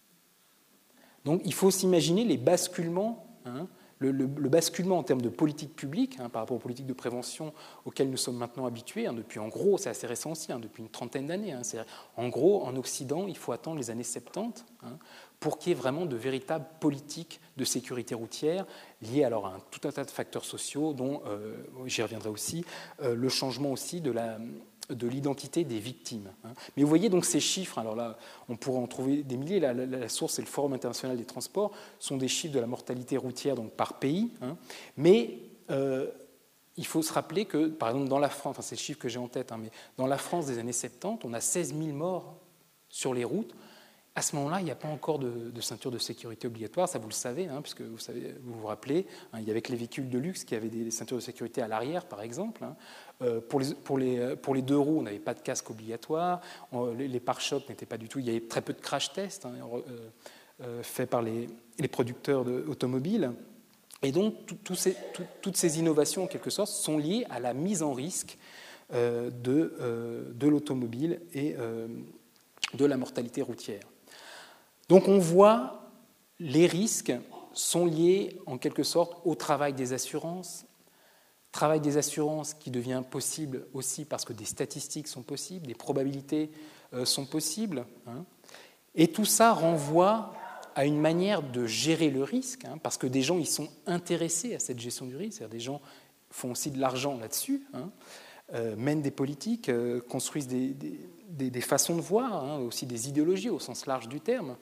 Donc il faut s'imaginer les basculements, hein, le, le, le basculement en termes de politique publique, hein, par rapport aux politiques de prévention auxquelles nous sommes maintenant habitués, hein, depuis en gros, c'est assez récent aussi, hein, depuis une trentaine d'années. Hein, en gros, en Occident, il faut attendre les années soixante-dix hein, pour qu'il y ait vraiment de véritables politiques de sécurité routière liées alors à un, tout un tas de facteurs sociaux, dont, euh, j'y reviendrai aussi, euh, le changement aussi de la... de l'identité des victimes. Mais vous voyez donc ces chiffres, alors là, on pourrait en trouver des milliers, la, la, la source c'est le Forum international des transports, sont des chiffres de la mortalité routière donc par pays, hein. Mais euh, il faut se rappeler que, par exemple, dans la France, enfin c'est le chiffre que j'ai en tête, hein, mais dans la France des années soixante-dix, on a seize mille morts sur les routes. À ce moment-là, il n'y a pas encore de, de ceinture de sécurité obligatoire, ça vous le savez, hein, puisque vous, savez, vous vous rappelez, hein, il y avait que les véhicules de luxe qui avaient des, des ceintures de sécurité à l'arrière, par exemple. Hein. Euh, pour, les, pour, les, pour les deux roues, on n'avait pas de casque obligatoire, on, les, les pare-chocs n'étaient pas du tout, il y avait très peu de crash tests hein, euh, euh, faits par les, les producteurs de, automobiles. Et donc, tout, tout ces, tout, toutes ces innovations, en quelque sorte, sont liées à la mise en risque euh, de, euh, de l'automobile et euh, de la mortalité routière. Donc on voit les risques sont liés en quelque sorte au travail des assurances, travail des assurances qui devient possible aussi parce que des statistiques sont possibles, des probabilités euh, sont possibles, hein. Et tout ça renvoie à une manière de gérer le risque, hein, parce que des gens ils sont intéressés à cette gestion du risque, c'est-à-dire des gens font aussi de l'argent là-dessus, hein, euh, mènent des politiques, euh, construisent des, des, des, des façons de voir, hein, aussi des idéologies au sens large du terme.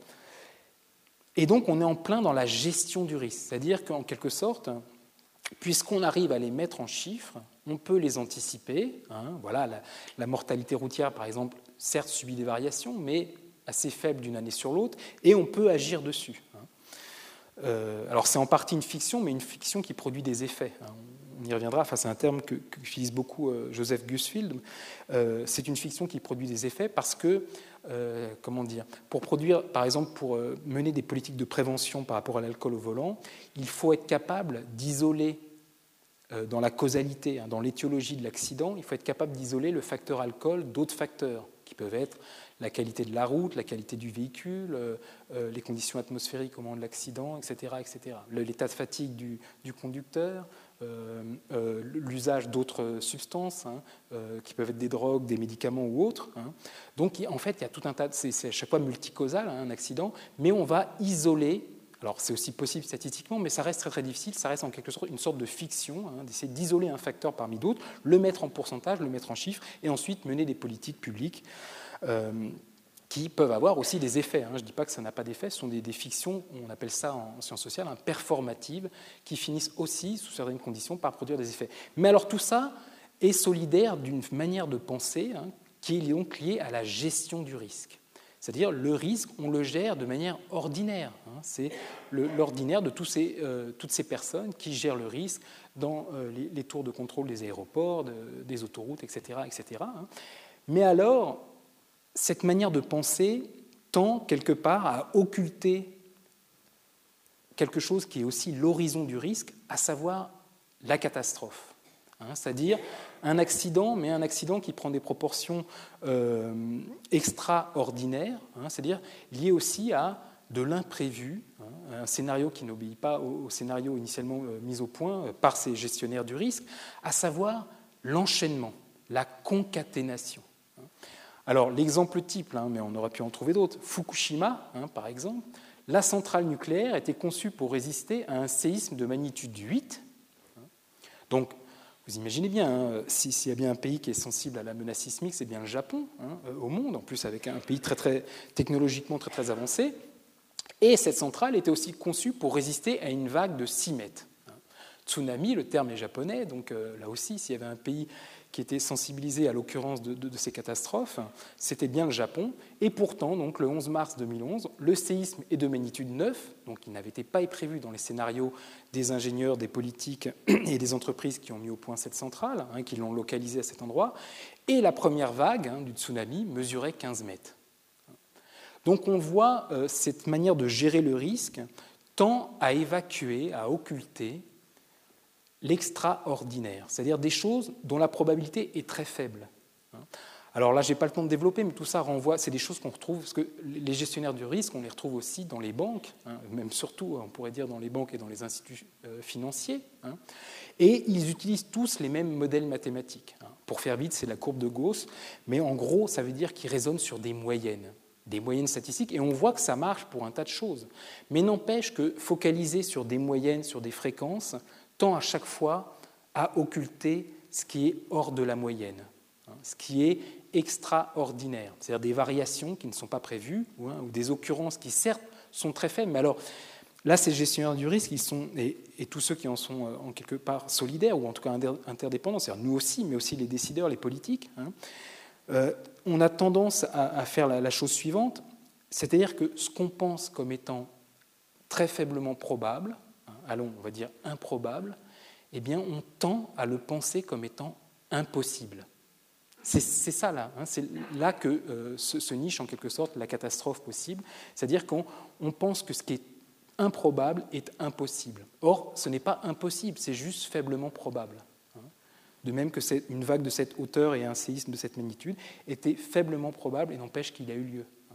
Et donc, on est en plein dans la gestion du risque. C'est-à-dire qu'en quelque sorte, puisqu'on arrive à les mettre en chiffres, on peut les anticiper. Hein, voilà, la, la mortalité routière, par exemple, certes subit des variations, mais assez faibles d'une année sur l'autre, et on peut agir dessus. Hein. Euh, alors, c'est en partie une fiction, mais une fiction qui produit des effets. Hein. On y reviendra, enfin, c'est un terme que, que utilise beaucoup euh, Joseph Gusfield. Euh, c'est une fiction qui produit des effets parce que, euh, comment dire, pour produire, par exemple, pour euh, mener des politiques de prévention par rapport à l'alcool au volant, il faut être capable d'isoler, euh, dans la causalité, hein, dans l'étiologie de l'accident, il faut être capable d'isoler le facteur alcool d'autres facteurs qui peuvent être la qualité de la route, la qualité du véhicule, euh, euh, les conditions atmosphériques au moment de l'accident, et cetera, et cetera. L'état de fatigue du, du conducteur, euh, euh, l'usage d'autres substances, hein, euh, qui peuvent être des drogues, des médicaments ou autres. Hein. Donc, en fait, il y a tout un tas de... C'est, c'est à chaque fois multicausal, hein, un accident, mais on va isoler... Alors, c'est aussi possible statistiquement, mais ça reste très, très difficile. Ça reste en quelque sorte une sorte de fiction, hein, d'essayer d'isoler un facteur parmi d'autres, le mettre en pourcentage, le mettre en chiffres, et ensuite mener des politiques publiques euh, qui peuvent avoir aussi des effets. Hein. Je ne dis pas que ça n'a pas d'effet, ce sont des, des fictions, on appelle ça en sciences sociales, hein, performatives, qui finissent aussi, sous certaines conditions, par produire des effets. Mais alors, tout ça est solidaire d'une manière de penser, hein, qui est donc liée à la gestion du risque. C'est-à-dire le risque, on le gère de manière ordinaire. Hein. C'est le, l'ordinaire de tous ces, euh, toutes ces personnes qui gèrent le risque dans euh, les, les tours de contrôle des aéroports, de, des autoroutes, et cetera, et cetera. Hein. Mais alors, cette manière de penser tend quelque part à occulter quelque chose qui est aussi l'horizon du risque, à savoir la catastrophe. Hein, c'est-à-dire un accident, mais un accident qui prend des proportions euh, extraordinaires, hein, c'est-à-dire lié aussi à de l'imprévu, hein, un scénario qui n'obéit pas au, au scénario initialement euh, mis au point euh, par ces gestionnaires du risque, à savoir l'enchaînement, la concaténation. Hein. Alors l'exemple type, hein, mais on aurait pu en trouver d'autres, Fukushima, hein, par exemple, la centrale nucléaire était conçue pour résister à un séisme de magnitude huit, hein. Donc, vous imaginez bien, hein, si, s'il y a bien un pays qui est sensible à la menace sismique, c'est bien le Japon, hein, au monde, en plus avec un pays très, très, technologiquement très, très avancé. Et cette centrale était aussi conçue pour résister à une vague de six mètres. Tsunami, le terme est japonais, donc euh, là aussi, s'il y avait un pays qui était sensibilisé à l'occurrence de, de, de ces catastrophes, c'était bien le Japon. Et pourtant, donc, le onze mars deux mille onze, le séisme est de magnitude neuf, donc il n'avait pas été prévu dans les scénarios des ingénieurs, des politiques et des entreprises qui ont mis au point cette centrale, hein, qui l'ont localisée à cet endroit. Et la première vague hein, du tsunami mesurait quinze mètres. Donc on voit euh, cette manière de gérer le risque tend à évacuer, à occulter l'extraordinaire, c'est-à-dire des choses dont la probabilité est très faible. Alors là, je n'ai pas le temps de développer, mais tout ça renvoie, c'est des choses qu'on retrouve, parce que les gestionnaires du risque, on les retrouve aussi dans les banques, hein, même surtout, on pourrait dire, dans les banques et dans les instituts euh, financiers, hein, et ils utilisent tous les mêmes modèles mathématiques. Hein. Pour faire vite, c'est la courbe de Gauss, mais en gros, ça veut dire qu'ils raisonnent sur des moyennes, des moyennes statistiques, et on voit que ça marche pour un tas de choses. Mais n'empêche que focaliser sur des moyennes, sur des fréquences, tend à chaque fois à occulter ce qui est hors de la moyenne, hein, ce qui est extraordinaire, c'est-à-dire des variations qui ne sont pas prévues ou, hein, ou des occurrences qui certes sont très faibles, mais alors là ces gestionnaires du risque ils sont, et, et tous ceux qui en sont euh, en quelque part solidaires ou en tout cas interdépendants, c'est-à-dire nous aussi, mais aussi les décideurs, les politiques, hein, euh, on a tendance à, à faire la, la chose suivante, c'est-à-dire que ce qu'on pense comme étant très faiblement probable, hein, allons, on va dire improbable, eh bien on tend à le penser comme étant impossible. C'est, c'est ça là, hein, c'est là que euh, se, se niche en quelque sorte la catastrophe possible, c'est-à-dire qu'on on pense que ce qui est improbable est impossible. Or, ce n'est pas impossible, c'est juste faiblement probable. Hein. De même que c'est une vague de cette hauteur et un séisme de cette magnitude était faiblement probable et n'empêche qu'il a eu lieu. Hein.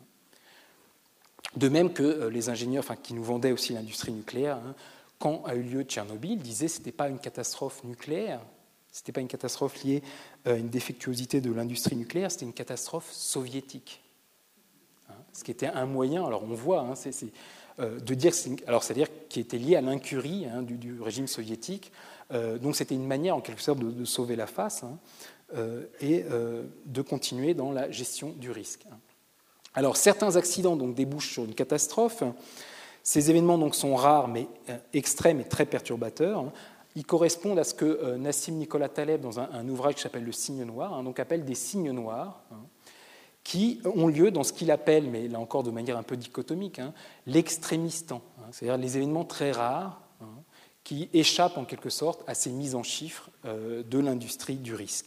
De même que euh, les ingénieurs, enfin, qui nous vendaient aussi l'industrie nucléaire, hein, quand a eu lieu Tchernobyl, disaient que ce n'était pas une catastrophe nucléaire, ce n'était pas une catastrophe liée à une défectuosité de l'industrie nucléaire, c'était une catastrophe soviétique. Hein, ce qui était un moyen, alors on voit, hein, c'est, c'est, euh, de dire, c'est, alors c'est-à-dire qui était lié à l'incurie hein, du, du régime soviétique. Euh, donc c'était une manière en quelque sorte de, de sauver la face hein, euh, et euh, de continuer dans la gestion du risque. Alors certains accidents donc, débouchent sur une catastrophe. Ces événements donc, sont rares mais euh, extrêmes et très perturbateurs. Hein. Ils correspondent à ce que euh, Nassim Nicolas Taleb, dans un, un ouvrage qui s'appelle Le Signe Noir, hein, donc appelle des signes noirs, hein, qui ont lieu dans ce qu'il appelle, mais là encore de manière un peu dichotomique, hein, l'extrémistan, hein, c'est-à-dire les événements très rares hein, qui échappent en quelque sorte à ces mises en chiffres euh, de l'industrie du risque.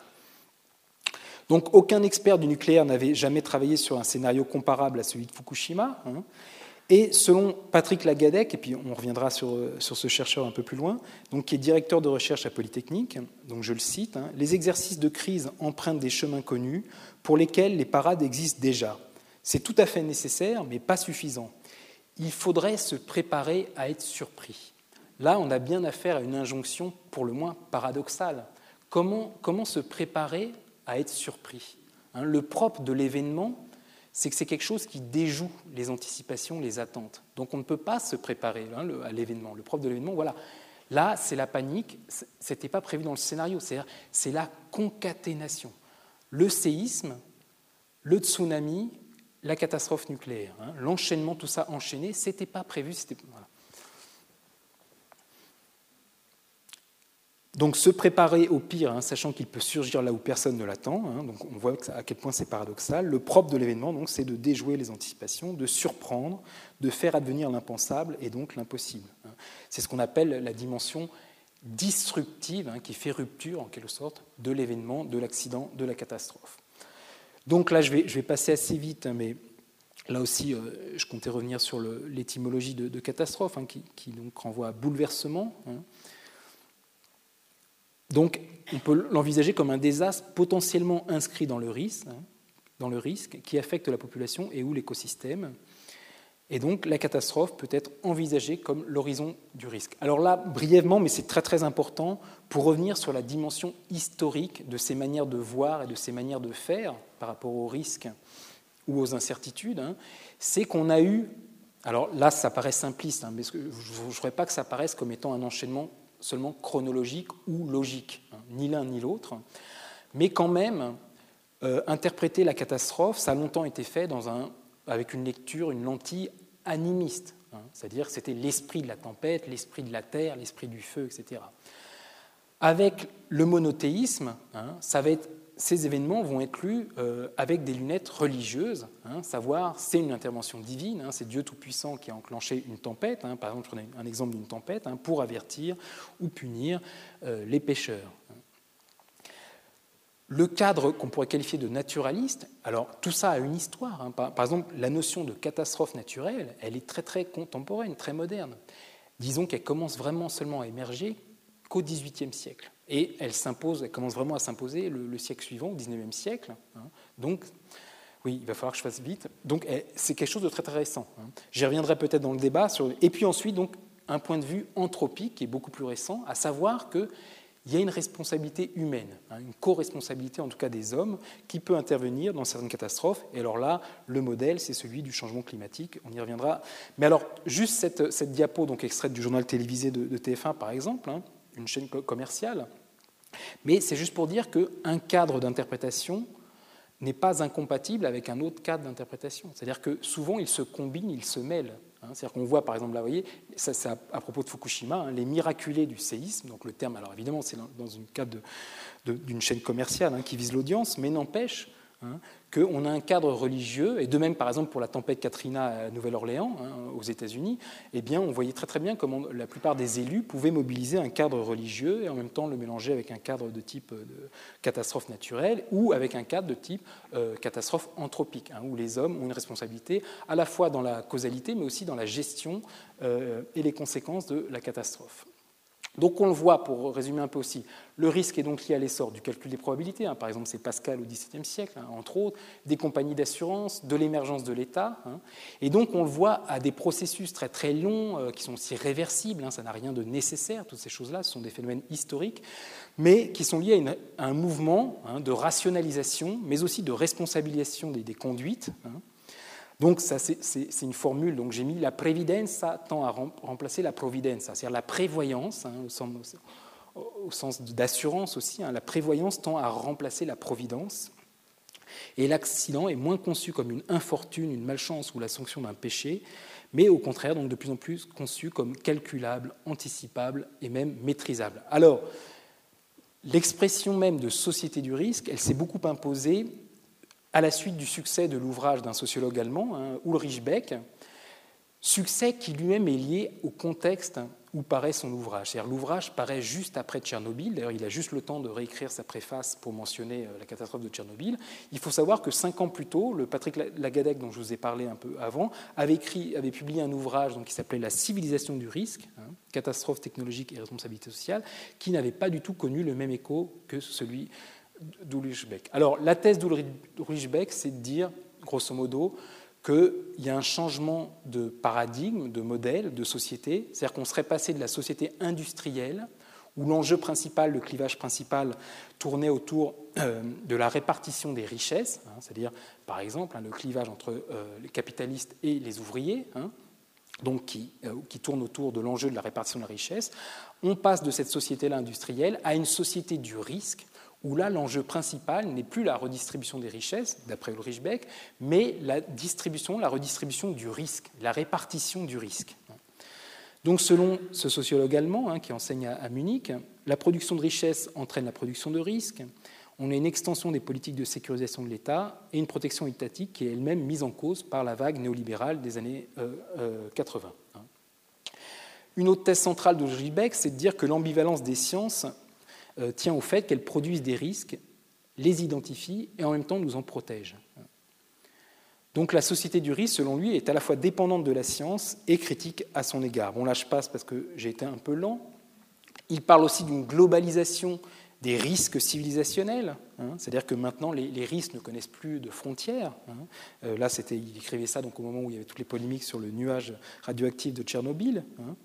Donc aucun expert du nucléaire n'avait jamais travaillé sur un scénario comparable à celui de Fukushima, hein, et selon Patrick Lagadec, et puis on reviendra sur, sur ce chercheur un peu plus loin, donc qui est directeur de recherche à Polytechnique, donc je le cite, hein, « Les exercices de crise empruntent des chemins connus pour lesquels les parades existent déjà. C'est tout à fait nécessaire, mais pas suffisant. Il faudrait se préparer à être surpris. » Là, on a bien affaire à une injonction pour le moins paradoxale. Comment, comment se préparer à être surpris hein, le propre de l'événement, c'est que c'est quelque chose qui déjoue les anticipations, les attentes. Donc on ne peut pas se préparer hein, à l'événement. Le propre de l'événement, voilà. Là, c'est la panique, ce n'était pas prévu dans le scénario, c'est-à-dire c'est la concaténation. Le séisme, le tsunami, la catastrophe nucléaire, hein, l'enchaînement, tout ça enchaîné, ce n'était pas prévu. C'était, voilà. Donc se préparer au pire, hein, sachant qu'il peut surgir là où personne ne l'attend, hein, donc on voit à quel point c'est paradoxal. Le propre de l'événement, donc, c'est de déjouer les anticipations, de surprendre, de faire advenir l'impensable et donc l'impossible. Hein. C'est ce qu'on appelle la dimension disruptive, hein, qui fait rupture en quelque sorte de l'événement, de l'accident, de la catastrophe. Donc là, je vais, je vais passer assez vite, hein, mais là aussi, euh, je comptais revenir sur le, l'étymologie de, de catastrophe, hein, qui, qui donc renvoie à bouleversement. Hein. Donc, on peut l'envisager comme un désastre potentiellement inscrit dans le risque, hein, dans le risque qui affecte la population et ou l'écosystème. Et donc, la catastrophe peut être envisagée comme l'horizon du risque. Alors là, brièvement, mais c'est très très important, pour revenir sur la dimension historique de ces manières de voir et de ces manières de faire par rapport aux risques ou aux incertitudes, hein, c'est qu'on a eu, alors là, ça paraît simpliste, hein, mais je ne voudrais pas que ça paraisse comme étant un enchaînement seulement chronologique ou logique, hein, ni l'un ni l'autre, mais quand même, euh, interpréter la catastrophe, ça a longtemps été fait dans un, avec une lecture, une lentille animiste, hein, c'est-à-dire que c'était l'esprit de la tempête, l'esprit de la terre, l'esprit du feu, et cetera. Avec le monothéisme, hein, ça va être, ces événements vont être lus euh, avec des lunettes religieuses, hein, savoir c'est une intervention divine, hein, c'est Dieu Tout-Puissant qui a enclenché une tempête, hein, par exemple je prends un exemple d'une tempête, hein, pour avertir ou punir euh, les pécheurs. Le cadre qu'on pourrait qualifier de naturaliste, alors tout ça a une histoire. Hein. Par, par exemple, la notion de catastrophe naturelle, elle est très très contemporaine, très moderne. Disons qu'elle commence vraiment seulement à émerger qu'au dix-huitième siècle. Et elle s'impose, elle commence vraiment à s'imposer le, le siècle suivant, au dix-neuvième siècle. Hein. Donc, oui, il va falloir que je fasse vite. Donc, c'est quelque chose de très très récent. Hein. J'y reviendrai peut-être dans le débat. Sur... Et puis ensuite, donc, un point de vue anthropique qui est beaucoup plus récent, à savoir que il y a une responsabilité humaine, hein, une co-responsabilité en tout cas des hommes, qui peut intervenir dans certaines catastrophes. Et alors là, le modèle, c'est celui du changement climatique. On y reviendra. Mais alors, juste cette, cette diapo, donc extraite du journal télévisé de, de T F un, par exemple, hein, une chaîne commerciale. Mais c'est juste pour dire qu'un cadre d'interprétation n'est pas incompatible avec un autre cadre d'interprétation. C'est-à-dire que souvent, ils se combinent, ils se mêlent. C'est-à-dire qu'on voit, par exemple, là, vous voyez, ça c'est à, à propos de Fukushima, hein, les miraculés du séisme, donc le terme, alors évidemment, c'est dans une cadre de, de, d'une chaîne commerciale hein, qui vise l'audience, mais n'empêche hein, qu'on a un cadre religieux, et de même, par exemple, pour la tempête Katrina à Nouvelle-Orléans, hein, aux États-Unis, eh bien, on voyait très très bien comment la plupart des élus pouvaient mobiliser un cadre religieux et en même temps le mélanger avec un cadre de type de catastrophe naturelle ou avec un cadre de type euh, catastrophe anthropique, hein, où les hommes ont une responsabilité à la fois dans la causalité, mais aussi dans la gestion euh, et les conséquences de la catastrophe. Donc on le voit, pour résumer un peu aussi, le risque est donc lié à l'essor du calcul des probabilités, hein, par exemple c'est Pascal au dix-septième siècle, hein, entre autres, des compagnies d'assurance, de l'émergence de l'État, hein, et donc on le voit à des processus très très longs, euh, qui sont aussi réversibles, hein, ça n'a rien de nécessaire, toutes ces choses-là, ce sont des phénomènes historiques, mais qui sont liés à, une, à un mouvement hein, de rationalisation, mais aussi de responsabilisation des, des conduites, hein. Donc, ça, c'est, c'est, c'est une formule. Donc, j'ai mis la previdenza tend à remplacer la providenza, c'est-à-dire la prévoyance, hein, au, sens, au sens d'assurance aussi. Hein, la prévoyance tend à remplacer la providence. Et l'accident est moins conçu comme une infortune, une malchance ou la sanction d'un péché, mais au contraire, donc de plus en plus conçu comme calculable, anticipable et même maîtrisable. Alors, l'expression même de société du risque, elle s'est beaucoup imposée à la suite du succès de l'ouvrage d'un sociologue allemand, hein, Ulrich Beck, succès qui lui-même est lié au contexte où paraît son ouvrage. C'est-à-dire l'ouvrage paraît juste après Tchernobyl, d'ailleurs il a juste le temps de réécrire sa préface pour mentionner la catastrophe de Tchernobyl. Il faut savoir que cinq ans plus tôt, le Patrick Lagadec, dont je vous ai parlé un peu avant, avait, écrit, avait publié un ouvrage donc, qui s'appelait « La civilisation du risque hein, », catastrophe technologique et responsabilité sociale, qui n'avait pas du tout connu le même écho que celui d'Ulrich Beck. Alors, la thèse d'Ulrich Beck, c'est de dire, grosso modo, qu'il y a un changement de paradigme, de modèle, de société, c'est-à-dire qu'on serait passé de la société industrielle, où l'enjeu principal, le clivage principal, tournait autour euh, de la répartition des richesses, hein, c'est-à-dire, par exemple, hein, le clivage entre euh, les capitalistes et les ouvriers, hein, donc qui, euh, qui tourne autour de l'enjeu de la répartition de la richesse. On passe de cette société-là industrielle à une société du risque, où là, l'enjeu principal n'est plus la redistribution des richesses, d'après Ulrich Beck, mais la distribution, la redistribution du risque, la répartition du risque. Donc, selon ce sociologue allemand, hein, qui enseigne à, à Munich, la production de richesses entraîne la production de risques, on a une extension des politiques de sécurisation de l'État et une protection étatique qui est elle-même mise en cause par la vague néolibérale des années euh, euh, quatre-vingts. Une autre thèse centrale d'Ulrich Beck, c'est de dire que l'ambivalence des sciences Euh, tient au fait qu'elles produisent des risques, les identifient et en même temps nous en protègent. Donc la société du risque, selon lui, est à la fois dépendante de la science et critique à son égard. Bon, là je passe parce que j'ai été un peu lent. Il parle aussi d'une globalisation des risques civilisationnels, hein, c'est-à-dire que maintenant les, les risques ne connaissent plus de frontières. Hein. Euh, là, c'était, il écrivait ça donc, au moment où il y avait toutes les polémiques sur le nuage radioactif de Tchernobyl. Hein.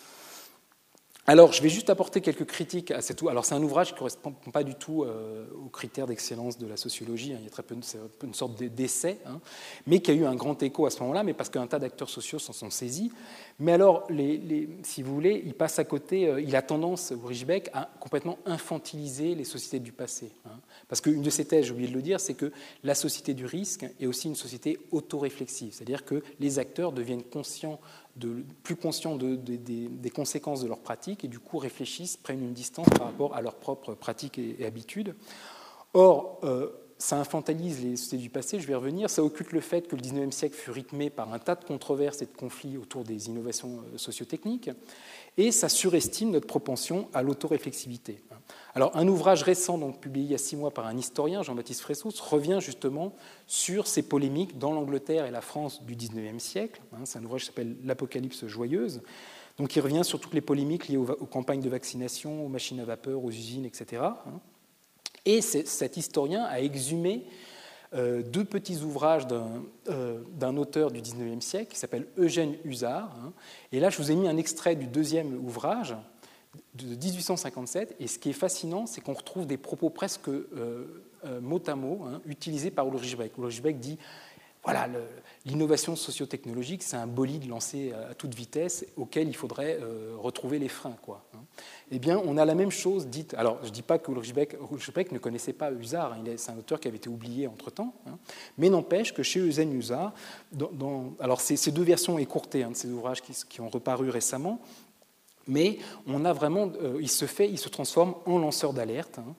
Alors, je vais juste apporter quelques critiques à cet ouvrage. Alors, c'est un ouvrage qui ne correspond pas du tout euh, aux critères d'excellence de la sociologie. Hein. Il y a très peu, c'est une sorte d'essai, hein, mais qui a eu un grand écho à ce moment-là, mais parce qu'un tas d'acteurs sociaux s'en sont saisis. Mais alors, les, les, si vous voulez, il passe à côté, euh, il a tendance, Ulrich Beck, à complètement infantiliser les sociétés du passé. Hein. Parce qu'une de ses thèses, j'ai oublié de le dire, c'est que la société du risque est aussi une société autoréflexive, c'est-à-dire que les acteurs deviennent conscients de, plus conscients de, de, de, des conséquences de leurs pratiques et du coup réfléchissent, prennent une distance par rapport à leurs propres pratiques et, et habitudes. Or, euh, ça infantilise les sociétés du passé, je vais y revenir, ça occulte le fait que le dix-neuvième siècle fut rythmé par un tas de controverses et de conflits autour des innovations sociotechniques, et ça surestime notre propension à l'autoréflexivité. Alors, un ouvrage récent, donc, publié il y a six mois par un historien, Jean-Baptiste Fressos, revient justement sur ces polémiques dans l'Angleterre et la France du dix-neuvième siècle. C'est un ouvrage qui s'appelle « L'Apocalypse joyeuse ». Donc, il revient sur toutes les polémiques liées aux, aux campagnes de vaccination, aux machines à vapeur, aux usines, et cetera. Et cet historien a exhumé euh, deux petits ouvrages d'un, euh, d'un auteur du dix-neuvième siècle qui s'appelle Eugène Husard. Hein. Et là, je vous ai mis un extrait du deuxième ouvrage de dix-huit cent cinquante-sept. Et ce qui est fascinant, c'est qu'on retrouve des propos presque euh, euh, mot à mot hein, utilisés par Ulrich Beck. Ulrich Beck dit voilà, le, l'innovation sociotechnologique, c'est un bolide lancé à toute vitesse auquel il faudrait euh, retrouver les freins, quoi. Eh bien, on a la même chose dite. Alors, je ne dis pas que Ulrich Beck, Ulrich Beck ne connaissait pas Husard, hein, c'est un auteur qui avait été oublié entre-temps, hein, mais n'empêche que chez Eugène Husard, dans, dans, alors c'est, ces deux versions écourtées hein, de ces ouvrages qui, qui ont reparu récemment, mais on a vraiment, euh, il se fait, il se transforme en lanceur d'alerte. Hein.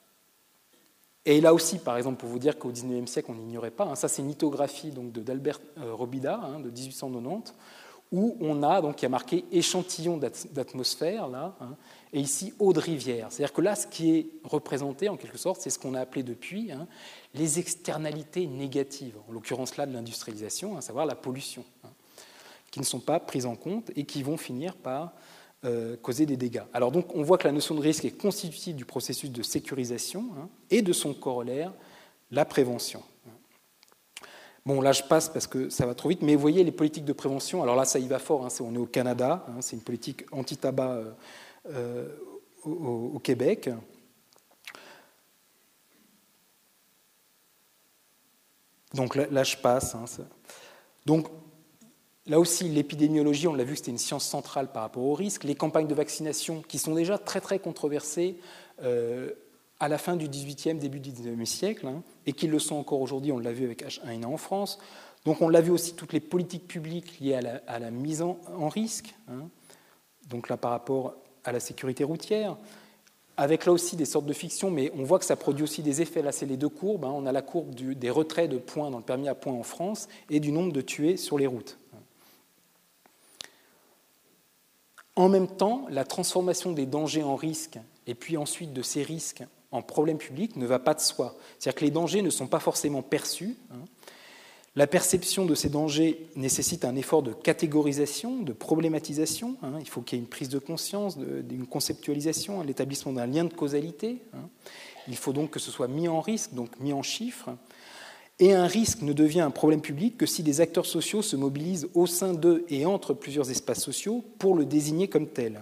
Et là aussi, par exemple, pour vous dire qu'au dix-neuvième siècle, on n'ignorait pas, hein, ça c'est une lithographie donc, de, d'Albert euh, Robida hein, de dix-huit cent quatre-vingt-dix, où on a, donc, il y a marqué échantillon d'atmosphère, là, hein, et ici eau de rivière. C'est-à-dire que là, ce qui est représenté, en quelque sorte, c'est ce qu'on a appelé depuis hein, les externalités négatives, en l'occurrence là de l'industrialisation, à savoir la pollution, hein, qui ne sont pas prises en compte et qui vont finir par euh, causer des dégâts. Alors donc, on voit que la notion de risque est constitutive du processus de sécurisation hein, et de son corollaire, la prévention. Bon, là, je passe parce que ça va trop vite, mais vous voyez, les politiques de prévention, alors là, ça y va fort, hein, c'est, on est au Canada, hein, c'est une politique anti-tabac euh, euh, au, au Québec. Donc là, là je passe. Hein, donc, là aussi, l'épidémiologie, on l'a vu que c'était une science centrale par rapport au risque. Les campagnes de vaccination, qui sont déjà très, très controversées, euh, à la fin du dix-huitième, début du dix-neuvième siècle, hein, et qui le sont encore aujourd'hui, on l'a vu avec H un N un en France. Donc on l'a vu aussi, toutes les politiques publiques liées à la, à la mise en, en risque, hein, donc là par rapport à la sécurité routière, avec là aussi des sortes de fictions, mais on voit que ça produit aussi des effets. Là, c'est les deux courbes. Hein, on a la courbe du, des retraits de points dans le permis à points en France et du nombre de tués sur les routes. En même temps, la transformation des dangers en risques et puis ensuite de ces risques en problème public ne va pas de soi. C'est-à-dire que les dangers ne sont pas forcément perçus. Hein. La perception de ces dangers nécessite un effort de catégorisation, de problématisation. Hein. Il faut qu'il y ait une prise de conscience, de, d'une conceptualisation, l'établissement d'un lien de causalité. Hein. Il faut donc que ce soit mis en risque, donc mis en chiffres. Et un risque ne devient un problème public que si des acteurs sociaux se mobilisent au sein d'eux et entre plusieurs espaces sociaux pour le désigner comme tel.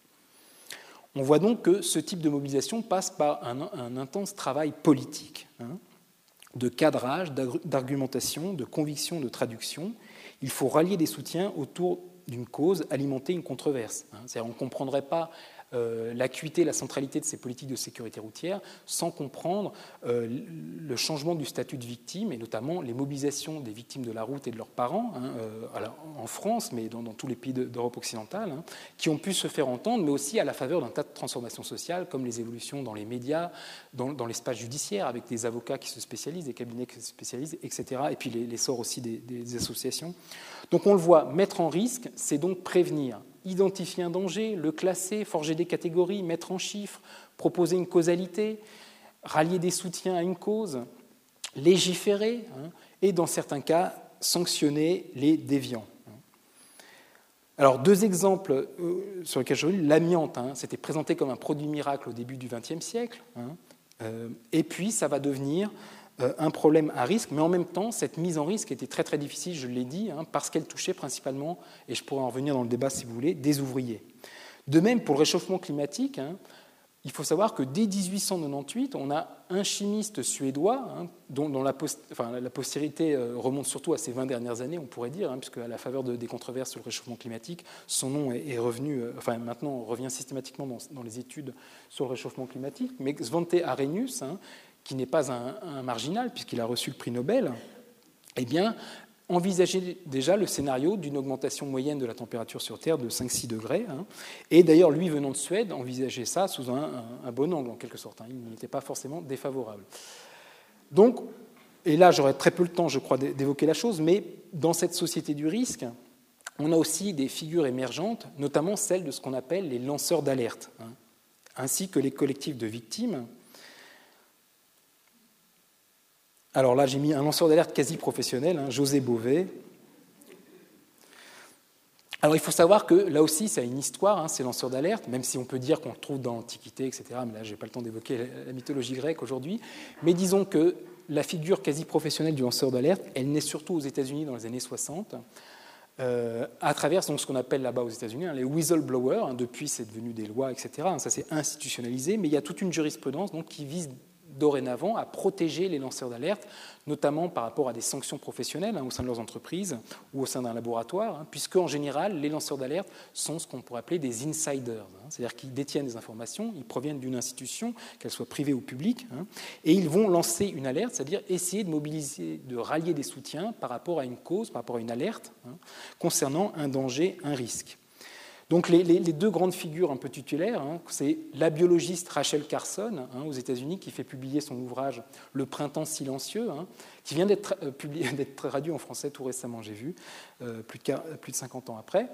On voit donc que ce type de mobilisation passe par un, un intense travail politique, hein, de cadrage, d'argumentation, de conviction, de traduction. Il faut rallier des soutiens autour d'une cause, alimenter une controverse. Hein. C'est-à-dire, on ne comprendrait pas euh, l'acuité, la centralité de ces politiques de sécurité routière sans comprendre euh, le changement du statut de victime et notamment les mobilisations des victimes de la route et de leurs parents, hein, euh, alors, en France, mais dans, dans tous les pays de, d'Europe occidentale, hein, qui ont pu se faire entendre, mais aussi à la faveur d'un tas de transformations sociales, comme les évolutions dans les médias, dans, dans l'espace judiciaire, avec des avocats qui se spécialisent, des cabinets qui se spécialisent, et cetera, et puis l'essor aussi des, des associations. Donc on le voit, mettre en risque, c'est donc prévenir, identifier un danger, le classer, forger des catégories, mettre en chiffres, proposer une causalité, rallier des soutiens à une cause, légiférer, hein, et dans certains cas, sanctionner les déviants. Alors, deux exemples euh, sur lesquels je relis. L'amiante, hein, c'était présenté comme un produit miracle au début du vingtième siècle, hein, euh, et puis ça va devenir euh, un problème à risque, mais en même temps, cette mise en risque était très très difficile, je l'ai dit, hein, parce qu'elle touchait principalement, et je pourrais en revenir dans le débat si vous voulez, des ouvriers. De même, pour le réchauffement climatique, hein, il faut savoir que dès dix-huit cent quatre-vingt-dix-huit, on a un chimiste suédois, hein, dont, dont la, post, enfin, la postérité remonte surtout à ces vingt dernières années, on pourrait dire, hein, puisque à la faveur de, des controverses sur le réchauffement climatique, son nom est, est revenu, enfin maintenant revient systématiquement dans, dans les études sur le réchauffement climatique, mais Svante Arrhenius, hein, qui n'est pas un, un marginal, puisqu'il a reçu le prix Nobel, eh bien, envisageait déjà le scénario d'une augmentation moyenne de la température sur Terre de cinq à six degrés. Hein. Et d'ailleurs, lui, venant de Suède, envisageait ça sous un, un, un bon angle, en quelque sorte. Hein. Il n'était pas forcément défavorable. Donc, et là, j'aurais très peu le temps, je crois, d'évoquer la chose, mais dans cette société du risque, on a aussi des figures émergentes, notamment celles de ce qu'on appelle les lanceurs d'alerte, hein, ainsi que les collectifs de victimes. Alors là, j'ai mis un lanceur d'alerte quasi professionnel, hein, José Bové. Alors il faut savoir que là aussi, ça a une histoire, hein, ces lanceurs d'alerte, même si on peut dire qu'on le trouve dans l'Antiquité, et cetera. Mais là, je n'ai pas le temps d'évoquer la mythologie grecque aujourd'hui. Mais disons que la figure quasi professionnelle du lanceur d'alerte, elle naît surtout aux États-Unis dans les années soixante, euh, à travers donc, ce qu'on appelle là-bas aux États-Unis hein, les whistleblowers. Hein, depuis, c'est devenu des lois, et cetera. Hein, ça s'est institutionnalisé, mais il y a toute une jurisprudence donc, qui vise dorénavant à protéger les lanceurs d'alerte, notamment par rapport à des sanctions professionnelles hein, au sein de leurs entreprises ou au sein d'un laboratoire, hein, puisque en général, les lanceurs d'alerte sont ce qu'on pourrait appeler des insiders, hein, c'est-à-dire qu'ils détiennent des informations, ils proviennent d'une institution, qu'elle soit privée ou publique, hein, et ils vont lancer une alerte, c'est-à-dire essayer de mobiliser, de rallier des soutiens par rapport à une cause, par rapport à une alerte, hein, concernant un danger, un risque. Donc les, les, les deux grandes figures un peu tutélaires, hein, c'est la biologiste Rachel Carson hein, aux États-Unis qui fait publier son ouvrage Le printemps silencieux, hein, qui vient d'être, euh, publié, d'être traduit en français tout récemment, j'ai vu, euh, plus, de, plus de cinquante ans après.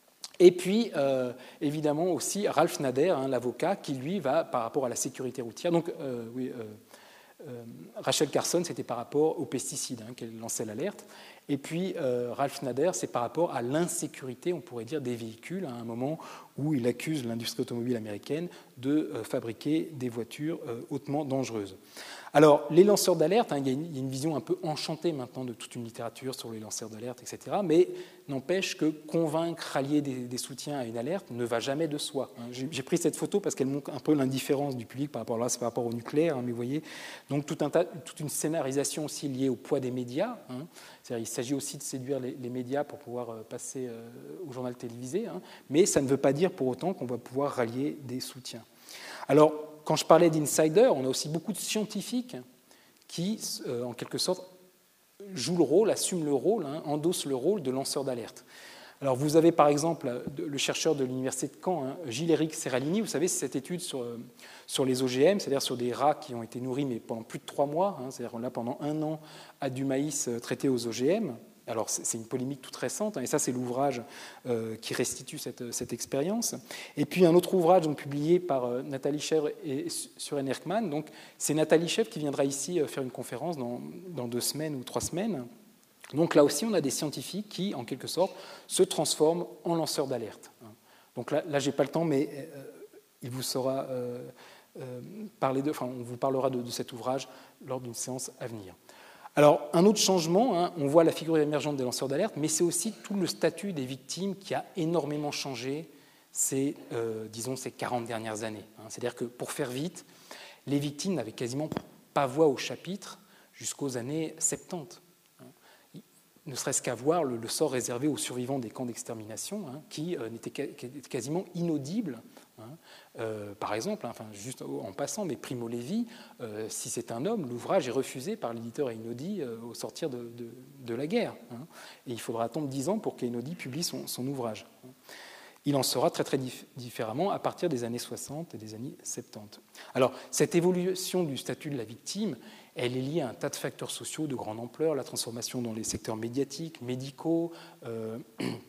Et puis, euh, évidemment aussi, Ralph Nader, hein, l'avocat, qui lui va par rapport à la sécurité routière. Donc, euh, oui, euh, euh, Rachel Carson, c'était par rapport aux pesticides hein, qu'elle lançait l'alerte. Et puis, euh, Ralph Nader, c'est par rapport à l'insécurité, on pourrait dire, des véhicules, à un moment où il accuse l'industrie automobile américaine de euh, fabriquer des voitures euh, hautement dangereuses. Alors, les lanceurs d'alerte, hein, il y a une, il y a une vision un peu enchantée maintenant de toute une littérature sur les lanceurs d'alerte, et cetera, mais n'empêche que convaincre, rallier des, des soutiens à une alerte ne va jamais de soi. Hein. J'ai, j'ai pris cette photo parce qu'elle montre un peu l'indifférence du public par rapport, là, c'est par rapport au nucléaire, hein, mais vous voyez, donc tout un tas, toute une scénarisation aussi liée au poids des médias. Hein. C'est-à-dire, il s'agit aussi de séduire les, les médias pour pouvoir euh, passer euh, au journal télévisé, hein, mais ça ne veut pas dire pour autant qu'on va pouvoir rallier des soutiens. Alors, quand je parlais d'insiders, on a aussi beaucoup de scientifiques qui, euh, en quelque sorte, jouent le rôle, assument le rôle, hein, endossent le rôle de lanceur d'alerte. Alors, vous avez par exemple le chercheur de l'université de Caen, hein, Gilles-Éric Serralini, vous savez, c'est cette étude sur, sur les O G M, c'est-à-dire sur des rats qui ont été nourris mais pendant plus de trois mois, hein, c'est-à-dire là pendant un an à du maïs traité aux O G M. Alors, c'est une polémique toute récente, hein, et ça, c'est l'ouvrage euh, qui restitue cette, cette expérience. Et puis, un autre ouvrage donc, publié par euh, Nathalie Chèvre et Søren Erkman. Donc, c'est Nathalie Chèvre qui viendra ici euh, faire une conférence dans, dans deux semaines ou trois semaines. Donc, là aussi, on a des scientifiques qui, en quelque sorte, se transforment en lanceurs d'alerte. Donc là, là je n'ai pas le temps, mais euh, il vous sera euh, euh, parlé de, enfin, on vous parlera de, de cet ouvrage lors d'une séance à venir. Alors, un autre changement, hein, on voit la figure émergente des lanceurs d'alerte, mais c'est aussi tout le statut des victimes qui a énormément changé ces, euh, disons, ces quarante dernières années. Hein. C'est-à-dire que, pour faire vite, les victimes n'avaient quasiment pas voix au chapitre jusqu'aux années soixante-dix. Hein. Ne serait-ce qu'à voir le, le sort réservé aux survivants des camps d'extermination, hein, qui euh, n'était quasiment inaudible. Hein. Euh, par exemple, hein, enfin, juste en passant, mais Primo Levi, euh, si c'est un homme, l'ouvrage est refusé par l'éditeur Einaudi euh, au sortir de, de, de la guerre. Hein. Et il faudra attendre dix ans pour qu'Einaudi publie son, son ouvrage. Hein. Il en sera très très dif- différemment à partir des années soixante et des années soixante-dix. Alors, cette évolution du statut de la victime, elle est liée à un tas de facteurs sociaux de grande ampleur, la transformation dans les secteurs médiatiques, médicaux, euh,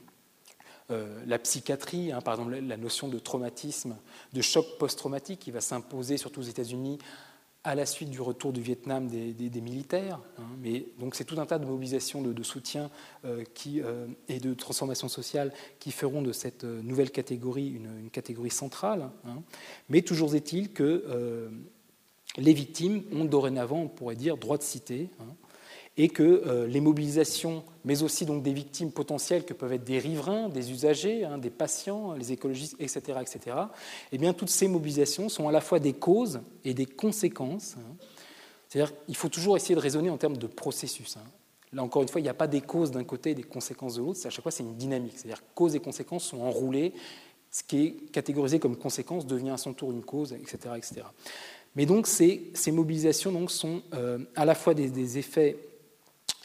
euh, la psychiatrie, hein, par exemple la notion de traumatisme, de choc post-traumatique qui va s'imposer surtout aux États-Unis à la suite du retour du Vietnam des, des, des militaires. Hein, mais donc c'est tout un tas de mobilisations, de, de soutien euh, qui, euh, et de transformation sociale qui feront de cette nouvelle catégorie une, une catégorie centrale. Hein. Mais toujours est-il que euh, les victimes ont dorénavant, on pourrait dire, droit de cité, hein, et que euh, les mobilisations, mais aussi donc des victimes potentielles que peuvent être des riverains, des usagers, hein, des patients, les écologistes, et cetera, et cetera, eh bien, toutes ces mobilisations sont à la fois des causes et des conséquences. Hein. C'est-à-dire qu'il faut toujours essayer de raisonner en termes de processus. Hein. Là, encore une fois, il n'y a pas des causes d'un côté et des conséquences de l'autre. À chaque fois, c'est une dynamique. C'est-à-dire que causes et conséquences sont enroulées. Ce qui est catégorisé comme conséquence devient à son tour une cause, et cetera, et cetera. Mais donc, ces, ces mobilisations donc, sont euh, à la fois des, des effets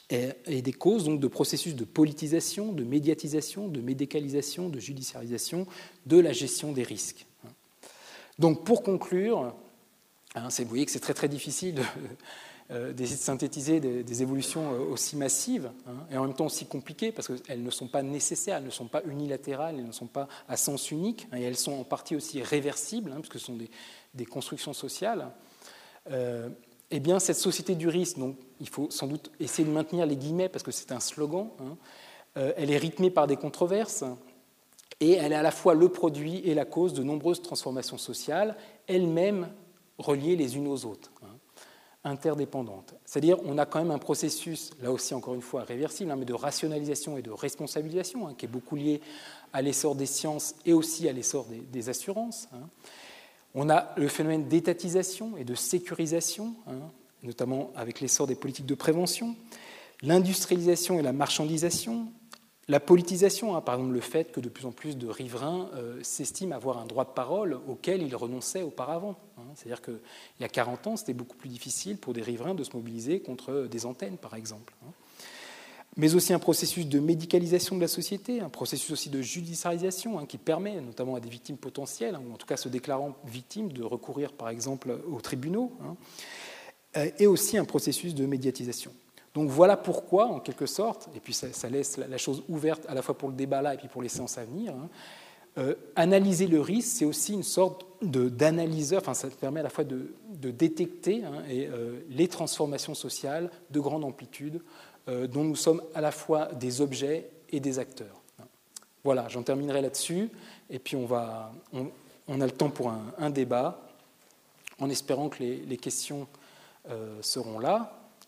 et, et des causes donc, de processus de politisation, de médiatisation, de médicalisation, de judiciarisation de la gestion des risques. Donc pour conclure, hein, vous voyez que c'est très très difficile de, euh, d'essayer de synthétiser des, des évolutions aussi massives hein, et en même temps aussi compliquées parce qu'elles ne sont pas nécessaires, elles ne sont pas unilatérales, elles ne sont pas à sens unique hein, et elles sont en partie aussi réversibles hein, puisque ce sont des, des constructions sociales. Euh, eh bien cette société du risque, donc, il faut sans doute essayer de maintenir les guillemets parce que c'est un slogan, hein, euh, elle est rythmée par des controverses et elle est à la fois le produit et la cause de nombreuses transformations sociales, elles-mêmes reliées les unes aux autres, hein, interdépendantes. C'est-à-dire on a quand même un processus, là aussi encore une fois réversible, hein, mais de rationalisation et de responsabilisation, hein, qui est beaucoup lié à l'essor des sciences et aussi à l'essor des, des assurances. Hein. On a le phénomène d'étatisation et de sécurisation, hein, notamment avec l'essor des politiques de prévention, l'industrialisation et la marchandisation, la politisation, hein, par exemple le fait que de plus en plus de riverains euh, s'estiment avoir un droit de parole auquel ils renonçaient auparavant. Hein. C'est-à-dire qu'il y a quarante ans, c'était beaucoup plus difficile pour des riverains de se mobiliser contre des antennes, par exemple. Hein. Mais aussi un processus de médicalisation de la société, un processus aussi de judiciarisation hein, qui permet notamment à des victimes potentielles, hein, ou en tout cas se déclarant victimes, de recourir par exemple aux tribunaux, hein, et aussi un processus de médiatisation. Donc voilà pourquoi, en quelque sorte, et puis ça, ça laisse la, la chose ouverte à la fois pour le débat là et puis pour les séances à venir, hein, euh, analyser le risque, c'est aussi une sorte de, d'analyseur, enfin ça permet à la fois de, de détecter hein, et, euh, les transformations sociales de grande amplitude, Euh, dont nous sommes à la fois des objets et des acteurs. Voilà, j'en terminerai là-dessus, et puis on, va, on, on a le temps pour un, un débat, en espérant que les, les questions euh, seront là.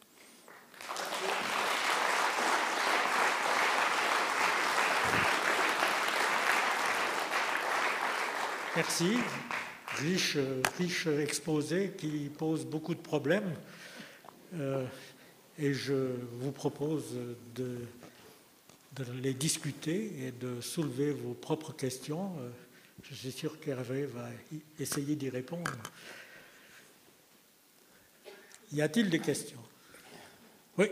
Merci. Riche, riche exposé qui pose beaucoup de problèmes. Euh, Et je vous propose de, de les discuter et de soulever vos propres questions. Je suis sûr qu'Hervé va essayer d'y répondre. Y a-t-il des questions? Oui.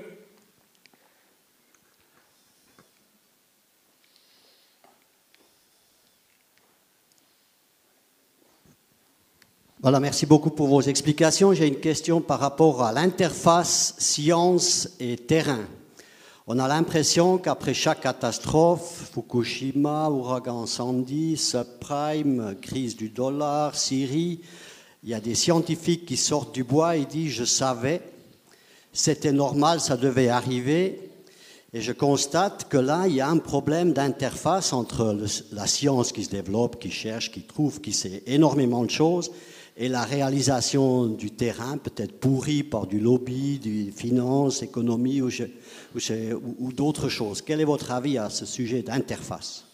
Voilà, merci beaucoup pour vos explications. J'ai une question par rapport à l'interface science et terrain. On a l'impression qu'après chaque catastrophe, Fukushima, ouragan Sandy, subprime, crise du dollar, Syrie, il y a des scientifiques qui sortent du bois et disent « je savais, c'était normal, ça devait arriver ». Et je constate que là, il y a un problème d'interface entre le, la science qui se développe, qui cherche, qui trouve, qui sait énormément de choses, et la réalisation du terrain, peut-être pourrie par du lobby, des finances, économie ou, je, ou, je, ou, ou d'autres choses. Quel est votre avis à ce sujet d'interface?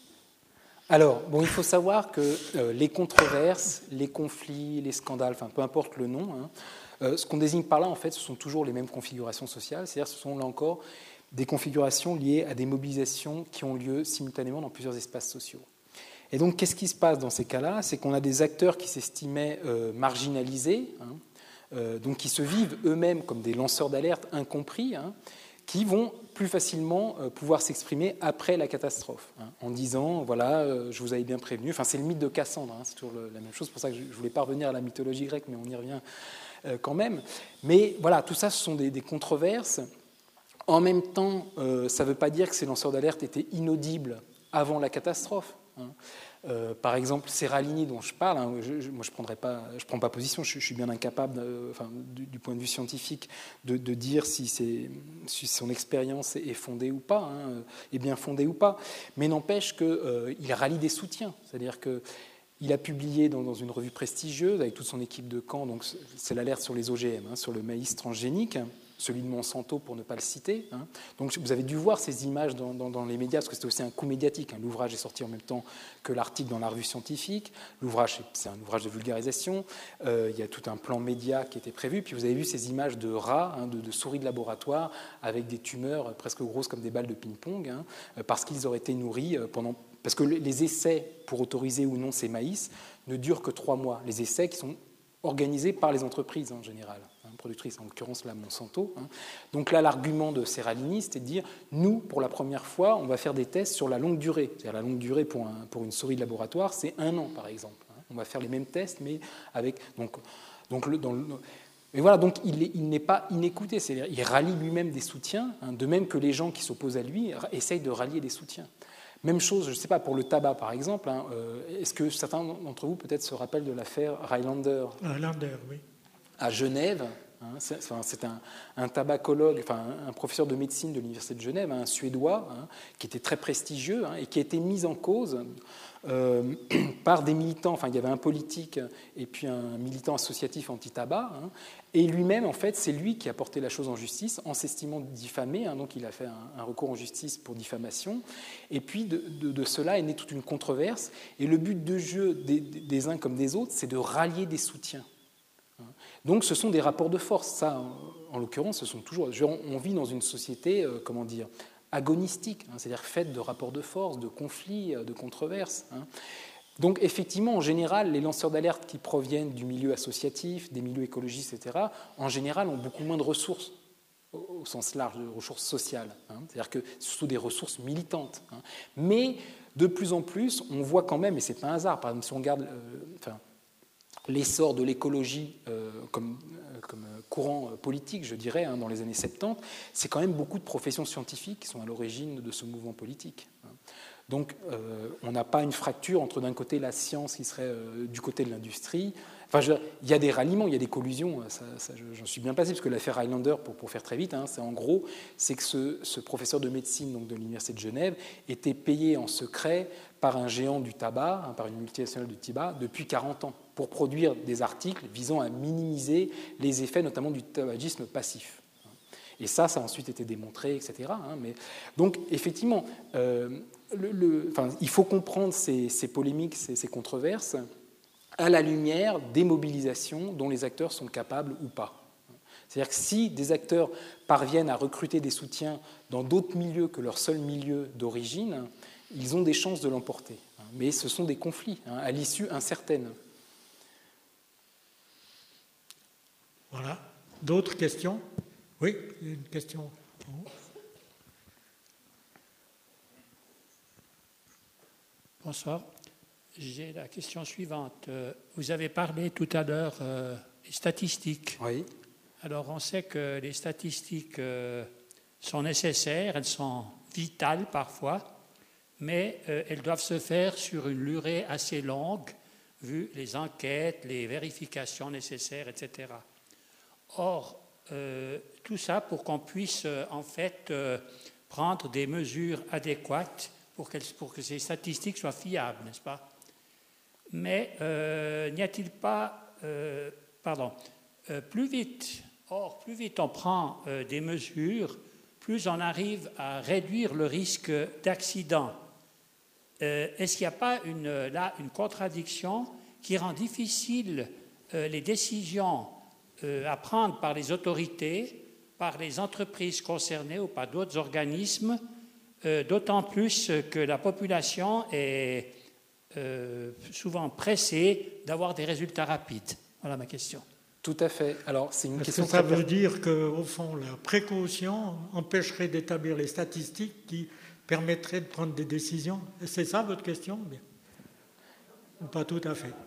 Alors, bon, il faut savoir que euh, les controverses, les conflits, les scandales, enfin peu importe le nom, hein, euh, ce qu'on désigne par là, en fait, ce sont toujours les mêmes configurations sociales, c'est-à-dire ce sont là encore des configurations liées à des mobilisations qui ont lieu simultanément dans plusieurs espaces sociaux. Et donc, qu'est-ce qui se passe dans ces cas-là? C'est qu'on a des acteurs qui s'estimaient euh, marginalisés, hein, euh, donc qui se vivent eux-mêmes comme des lanceurs d'alerte incompris, hein, qui vont plus facilement euh, pouvoir s'exprimer après la catastrophe, hein, en disant, voilà, euh, je vous avais bien prévenu. Enfin, c'est le mythe de Cassandre, hein, c'est toujours le, la même chose, c'est pour ça que je ne voulais pas revenir à la mythologie grecque, mais on y revient euh, quand même. Mais voilà, tout ça, ce sont des, des controverses. En même temps, euh, ça ne veut pas dire que ces lanceurs d'alerte étaient inaudibles avant la catastrophe. Hein. Euh, par exemple, Serralini, dont je parle, hein, je, je, moi je ne pas, je prends pas position, je, je suis bien incapable, euh, enfin, du, du point de vue scientifique, de, de dire si, c'est, si son expérience est fondée ou pas, hein, est bien fondée ou pas. Mais n'empêche qu'il euh, rallie des soutiens, c'est-à-dire que il a publié dans, dans une revue prestigieuse avec toute son équipe de camp, donc c'est l'alerte sur les O G M, hein, sur le maïs transgénique, celui de Monsanto pour ne pas le citer. Hein. Donc vous avez dû voir ces images dans, dans, dans les médias, parce que c'était aussi un coup médiatique. Hein. L'ouvrage est sorti en même temps que l'article dans la revue scientifique. L'ouvrage, c'est un ouvrage de vulgarisation. Euh, il y a tout un plan média qui était prévu. Puis vous avez vu ces images de rats, hein, de, de souris de laboratoire, avec des tumeurs presque grosses comme des balles de ping-pong, hein, parce qu'ils auraient été nourris pendant... Parce que les essais pour autoriser ou non ces maïs ne durent que trois mois. Les essais qui sont organisées par les entreprises en général, hein, productrices, en l'occurrence la Monsanto. Hein. Donc là, l'argument de Serralini, c'était de dire, nous, pour la première fois, on va faire des tests sur la longue durée. C'est-à-dire la longue durée pour, un, pour une souris de laboratoire, c'est un an, par exemple. Hein. On va faire les mêmes tests, mais avec... Donc, donc le, dans le, mais voilà, donc il, est, il n'est pas inécouté, c'est-à-dire il rallie lui-même des soutiens, hein, de même que les gens qui s'opposent à lui essayent de rallier des soutiens. Même chose, je ne sais pas, pour le tabac, par exemple. Hein, euh, est-ce que certains d'entre vous, peut-être, se rappellent de l'affaire Rylander ? Rylander, oui. À Genève, hein, c'est, enfin, c'est un, un tabacologue, enfin, un professeur de médecine de l'Université de Genève, un Suédois, hein, qui était très prestigieux hein, et qui a été mis en cause euh, par des militants. Enfin, il y avait un politique et puis un militant associatif anti-tabac. Hein, et lui-même, en fait, c'est lui qui a porté la chose en justice en s'estimant diffamé. Hein, donc, il a fait un, un recours en justice pour diffamation. Et puis, de, de, de cela est née toute une controverse. Et le but de jeu des, des uns comme des autres, c'est de rallier des soutiens. Donc, ce sont des rapports de force. Ça, en, en l'occurrence, ce sont toujours. On, on vit dans une société, euh, comment dire, agonistique, hein, c'est-à-dire faite de rapports de force, de conflits, de controverses. Hein. Donc, effectivement, en général, les lanceurs d'alerte qui proviennent du milieu associatif, des milieux écologistes, et cetera, en général, ont beaucoup moins de ressources, au, au sens large, de ressources sociales. Hein. C'est-à-dire que c'est surtout des ressources militantes. Hein. Mais, de plus en plus, on voit quand même, et ce n'est pas un hasard, par exemple, si on regarde euh, enfin, l'essor de l'écologie euh, comme, euh, comme courant politique, je dirais, hein, dans les années soixante-dix, c'est quand même beaucoup de professions scientifiques qui sont à l'origine de ce mouvement politique. Hein. Donc, euh, on n'a pas une fracture entre, d'un côté, la science qui serait euh, du côté de l'industrie. Enfin, je, il y a des ralliements, il y a des collusions. Ça, ça, j'en suis bien passé, parce que l'affaire Rylander, pour, pour faire très vite, hein, c'est en gros, c'est que ce, ce professeur de médecine donc de l'Université de Genève était payé en secret par un géant du tabac, hein, par une multinationale du tabac, depuis quarante ans, pour produire des articles visant à minimiser les effets, notamment du tabagisme passif. Et ça, ça a ensuite été démontré, et cetera. Hein, mais, donc, effectivement, euh, le, le, enfin, il faut comprendre ces, ces polémiques, ces, ces controverses, à la lumière des mobilisations dont les acteurs sont capables ou pas. C'est-à-dire que si des acteurs parviennent à recruter des soutiens dans d'autres milieux que leur seul milieu d'origine, ils ont des chances de l'emporter. Mais ce sont des conflits, hein, à l'issue incertaine. Voilà. D'autres questions ? Oui, il y a une question. Bonsoir. J'ai la question suivante. Vous avez parlé tout à l'heure euh, des statistiques. Oui. Alors, on sait que les statistiques euh, sont nécessaires, elles sont vitales parfois, mais euh, elles doivent se faire sur une durée assez longue, vu les enquêtes, les vérifications nécessaires, et cetera. Or, euh, tout ça pour qu'on puisse euh, en fait euh, prendre des mesures adéquates pour, pour que ces statistiques soient fiables, n'est-ce pas ? Mais euh, n'y a-t-il pas, euh, pardon, euh, plus vite, or plus vite on prend euh, des mesures, plus on arrive à réduire le risque d'accident. Euh, est-ce qu'il n'y a pas une, là une contradiction qui rend difficile euh, les décisions euh, à prendre par les autorités, par les entreprises concernées ou par d'autres organismes, euh, d'autant plus que la population est euh, souvent pressée d'avoir des résultats rapides. Voilà ma question. Tout à fait. Alors, c'est une Est-ce question que ça très... veut dire qu'au fond, la précaution empêcherait d'établir les statistiques qui permettraient de prendre des décisions ? C'est ça votre question ? Bien. Ou pas tout à fait.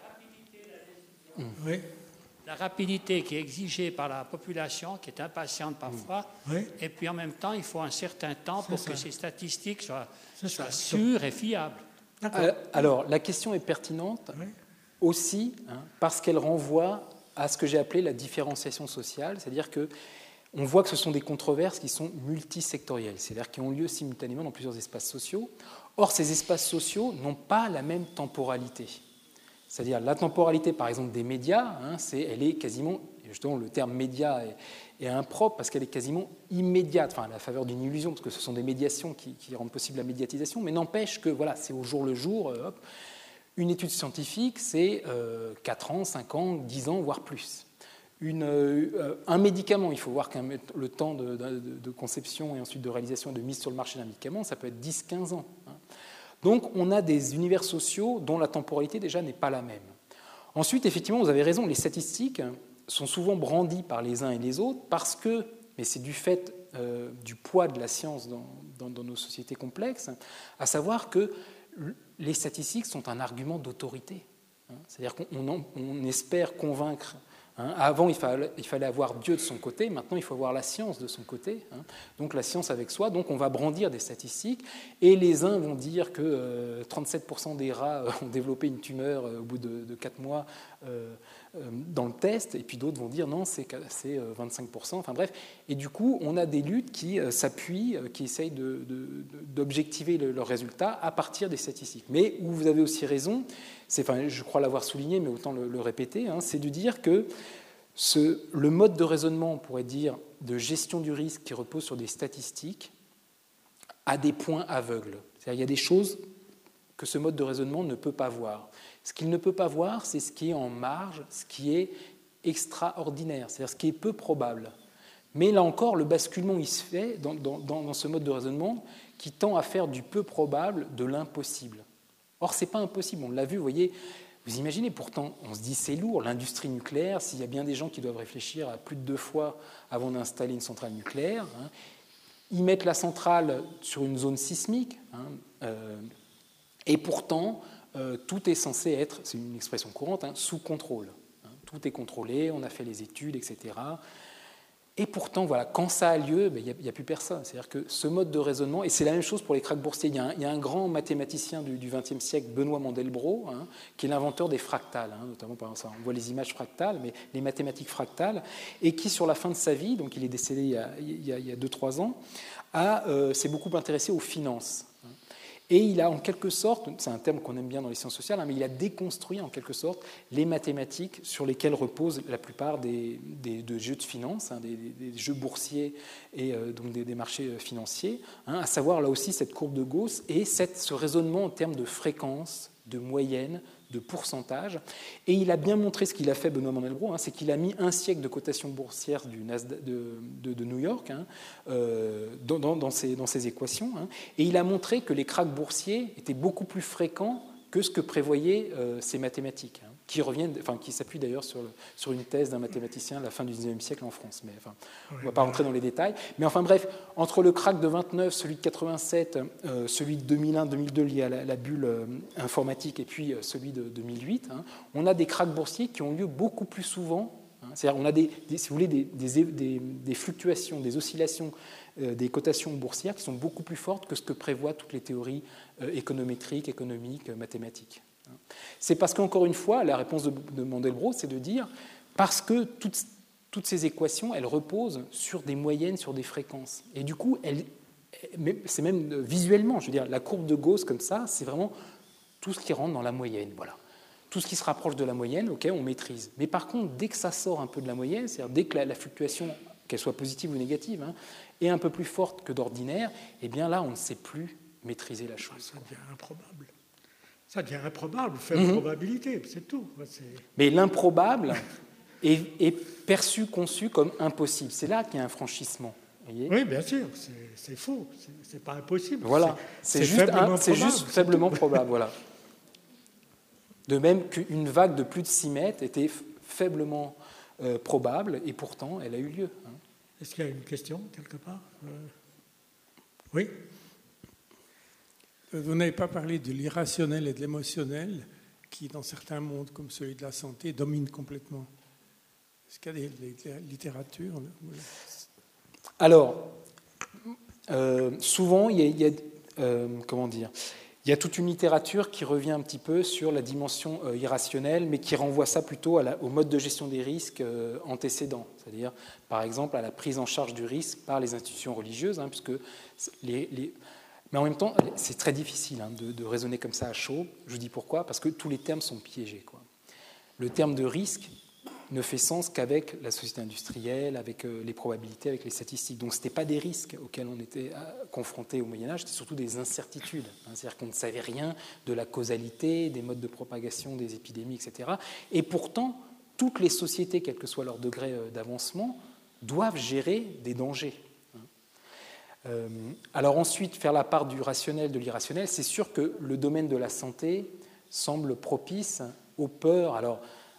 Mmh. Oui. La rapidité qui est exigée par la population, qui est impatiente parfois, oui. Et puis en même temps, il faut un certain temps C'est pour ça. que ces statistiques soient, soient ça. sûres et fiables. Euh, alors, la question est pertinente oui. aussi hein, parce qu'elle renvoie à ce que j'ai appelé la différenciation sociale, c'est-à-dire que on voit que ce sont des controverses qui sont multisectorielles, c'est-à-dire qui ont lieu simultanément dans plusieurs espaces sociaux. Or, ces espaces sociaux n'ont pas la même temporalité. C'est-à-dire la temporalité, par exemple, des médias, hein, c'est, elle est quasiment, justement le terme média est, est impropre parce qu'elle est quasiment immédiate, enfin à la faveur d'une illusion, parce que ce sont des médiations qui, qui rendent possible la médiatisation, mais n'empêche que voilà, c'est au jour le jour. Euh, hop. Une étude scientifique, c'est euh, quatre ans, cinq ans, dix ans, voire plus. Une, euh, un médicament, il faut voir que le temps de, de, de conception et ensuite de réalisation et de mise sur le marché d'un médicament, ça peut être dix à quinze ans. Hein. Donc, on a des univers sociaux dont la temporalité déjà n'est pas la même. Ensuite, effectivement, vous avez raison, les statistiques sont souvent brandies par les uns et les autres parce que, mais c'est du fait euh, du poids de la science dans, dans, dans nos sociétés complexes, à savoir que les statistiques sont un argument d'autorité. Hein, c'est-à-dire qu'on on espère convaincre. Hein, avant, il fallait, il fallait avoir Dieu de son côté, maintenant, il faut avoir la science de son côté. Hein, donc, la science avec soi, donc on va brandir des statistiques, et les uns vont dire que euh, trente-sept pour cent des rats euh, ont développé une tumeur euh, au bout de, de quatre mois euh, euh, dans le test, et puis d'autres vont dire non, c'est, c'est euh, vingt-cinq pour cent, enfin bref. Et du coup, on a des luttes qui euh, s'appuient, euh, qui essayent de, de, d'objectiver le, leurs résultats à partir des statistiques. Mais où vous avez aussi raison, c'est, enfin, je crois l'avoir souligné, mais autant le, le répéter, hein, c'est de dire que ce, le mode de raisonnement, on pourrait dire, de gestion du risque qui repose sur des statistiques, a des points aveugles. C'est-à-dire qu'il y a des choses que ce mode de raisonnement ne peut pas voir. Ce qu'il ne peut pas voir, c'est ce qui est en marge, ce qui est extraordinaire, c'est-à-dire ce qui est peu probable. Mais là encore, le basculement, il se fait dans, dans, dans ce mode de raisonnement qui tend à faire du peu probable de l'impossible. Or, ce n'est pas impossible, on l'a vu, vous voyez, vous imaginez, pourtant, on se dit c'est lourd, l'industrie nucléaire, s'il y a bien des gens qui doivent réfléchir à plus de deux fois avant d'installer une centrale nucléaire, hein, ils mettent la centrale sur une zone sismique, hein, euh, et pourtant, euh, tout est censé être, c'est une expression courante, hein, sous contrôle. Hein, tout est contrôlé, on a fait les études, et cetera. Et pourtant, voilà, quand ça a lieu, il n'y a, a plus personne. C'est-à-dire que ce mode de raisonnement, et c'est la même chose pour les krachs boursiers, il y a un, il y a un grand mathématicien du vingtième siècle, Benoît Mandelbrot, hein, qui est l'inventeur des fractales, hein, notamment, par exemple, on voit les images fractales, mais les mathématiques fractales, et qui, sur la fin de sa vie, donc il est décédé il y a, il y a, il y a deux trois ans, a, euh, s'est beaucoup intéressé aux finances. Et il a en quelque sorte, c'est un terme qu'on aime bien dans les sciences sociales, hein, mais il a déconstruit en quelque sorte les mathématiques sur lesquelles reposent la plupart des, des, des jeux de finance, hein, des, des jeux boursiers et euh, donc des, des marchés financiers, hein, à savoir là aussi cette courbe de Gauss et cette, ce raisonnement en termes de fréquence, de moyenne, de pourcentage. Et il a bien montré ce qu'il a fait, Benoît Mandelbrot, hein, c'est qu'il a mis un siècle de cotation boursière du Nasdaq, de, de, de New York hein, euh, dans, dans, dans, ses, dans ses équations. Hein, et il a montré que les krachs boursiers étaient beaucoup plus fréquents que ce que prévoyaient euh, ces mathématiques, hein, qui, reviennent, enfin, qui s'appuient d'ailleurs sur, le, sur une thèse d'un mathématicien à la fin du dix-neuvième siècle en France. Mais, enfin, on ne va pas rentrer dans les détails. Mais enfin bref, entre le krach de vingt-neuf, celui de quatre-vingt-sept, euh, celui de deux mille un deux mille deux lié à la, la bulle euh, informatique et puis euh, celui de deux mille huit, hein, on a des krachs boursiers qui ont lieu beaucoup plus souvent. Hein, c'est-à-dire on a des, des, si vous voulez, des, des, des, des fluctuations, des oscillations euh, des cotations boursières qui sont beaucoup plus fortes que ce que prévoient toutes les théories euh, économétriques, économiques, euh, mathématiques. C'est parce qu'encore une fois, la réponse de, de Mandelbrot, c'est de dire parce que toutes, toutes ces équations, elles reposent sur des moyennes, sur des fréquences. Et du coup, elles, c'est même visuellement, je veux dire, la courbe de Gauss comme ça, c'est vraiment tout ce qui rentre dans la moyenne. Voilà. Tout ce qui se rapproche de la moyenne, ok, on maîtrise. Mais par contre, dès que ça sort un peu de la moyenne, c'est-à-dire dès que la, la fluctuation, qu'elle soit positive ou négative, hein, est un peu plus forte que d'ordinaire, eh bien là, on ne sait plus maîtriser la chose. Ça devient improbable. Ça devient improbable, faible mmh. probabilité, c'est tout. C'est... Mais l'improbable est, est perçu, conçu comme impossible. C'est là qu'il y a un franchissement. Voyez, oui, bien sûr, c'est, c'est faux, c'est, c'est pas impossible. Voilà, c'est, c'est, c'est, juste, faiblement, un, c'est probable, juste faiblement probable. Voilà. De même qu'une vague de plus de six mètres était faiblement euh, probable, et pourtant, elle a eu lieu. Hein. Est-ce qu'il y a une question, quelque part euh... Oui. Vous n'avez pas parlé de l'irrationnel et de l'émotionnel qui, dans certains mondes comme celui de la santé, dominent complètement. Est-ce qu'il y a des, des littératures? Alors, euh, souvent, il y a, il y a euh, comment dire, il y a toute une littérature qui revient un petit peu sur la dimension euh, irrationnelle, mais qui renvoie ça plutôt à la, au mode de gestion des risques euh, antécédent, c'est-à-dire, par exemple, à la prise en charge du risque par les institutions religieuses, hein, puisque les, les mais en même temps, c'est très difficile hein, de, de raisonner comme ça à chaud. Je vous dis pourquoi, parce que tous les termes sont piégés, quoi. Le terme de risque ne fait sens qu'avec la société industrielle, avec euh, les probabilités, avec les statistiques. Donc ce n'était pas des risques auxquels on était euh, confronté au Moyen-Âge, c'était surtout des incertitudes. Hein, c'est-à-dire qu'on ne savait rien de la causalité, des modes de propagation des épidémies, et cetera. Et pourtant, toutes les sociétés, quel que soit leur degré euh, d'avancement, doivent gérer des dangers. Euh, alors ensuite, faire la part du rationnel, de l'irrationnel, c'est sûr que le domaine de la santé semble propice aux peurs. Alors,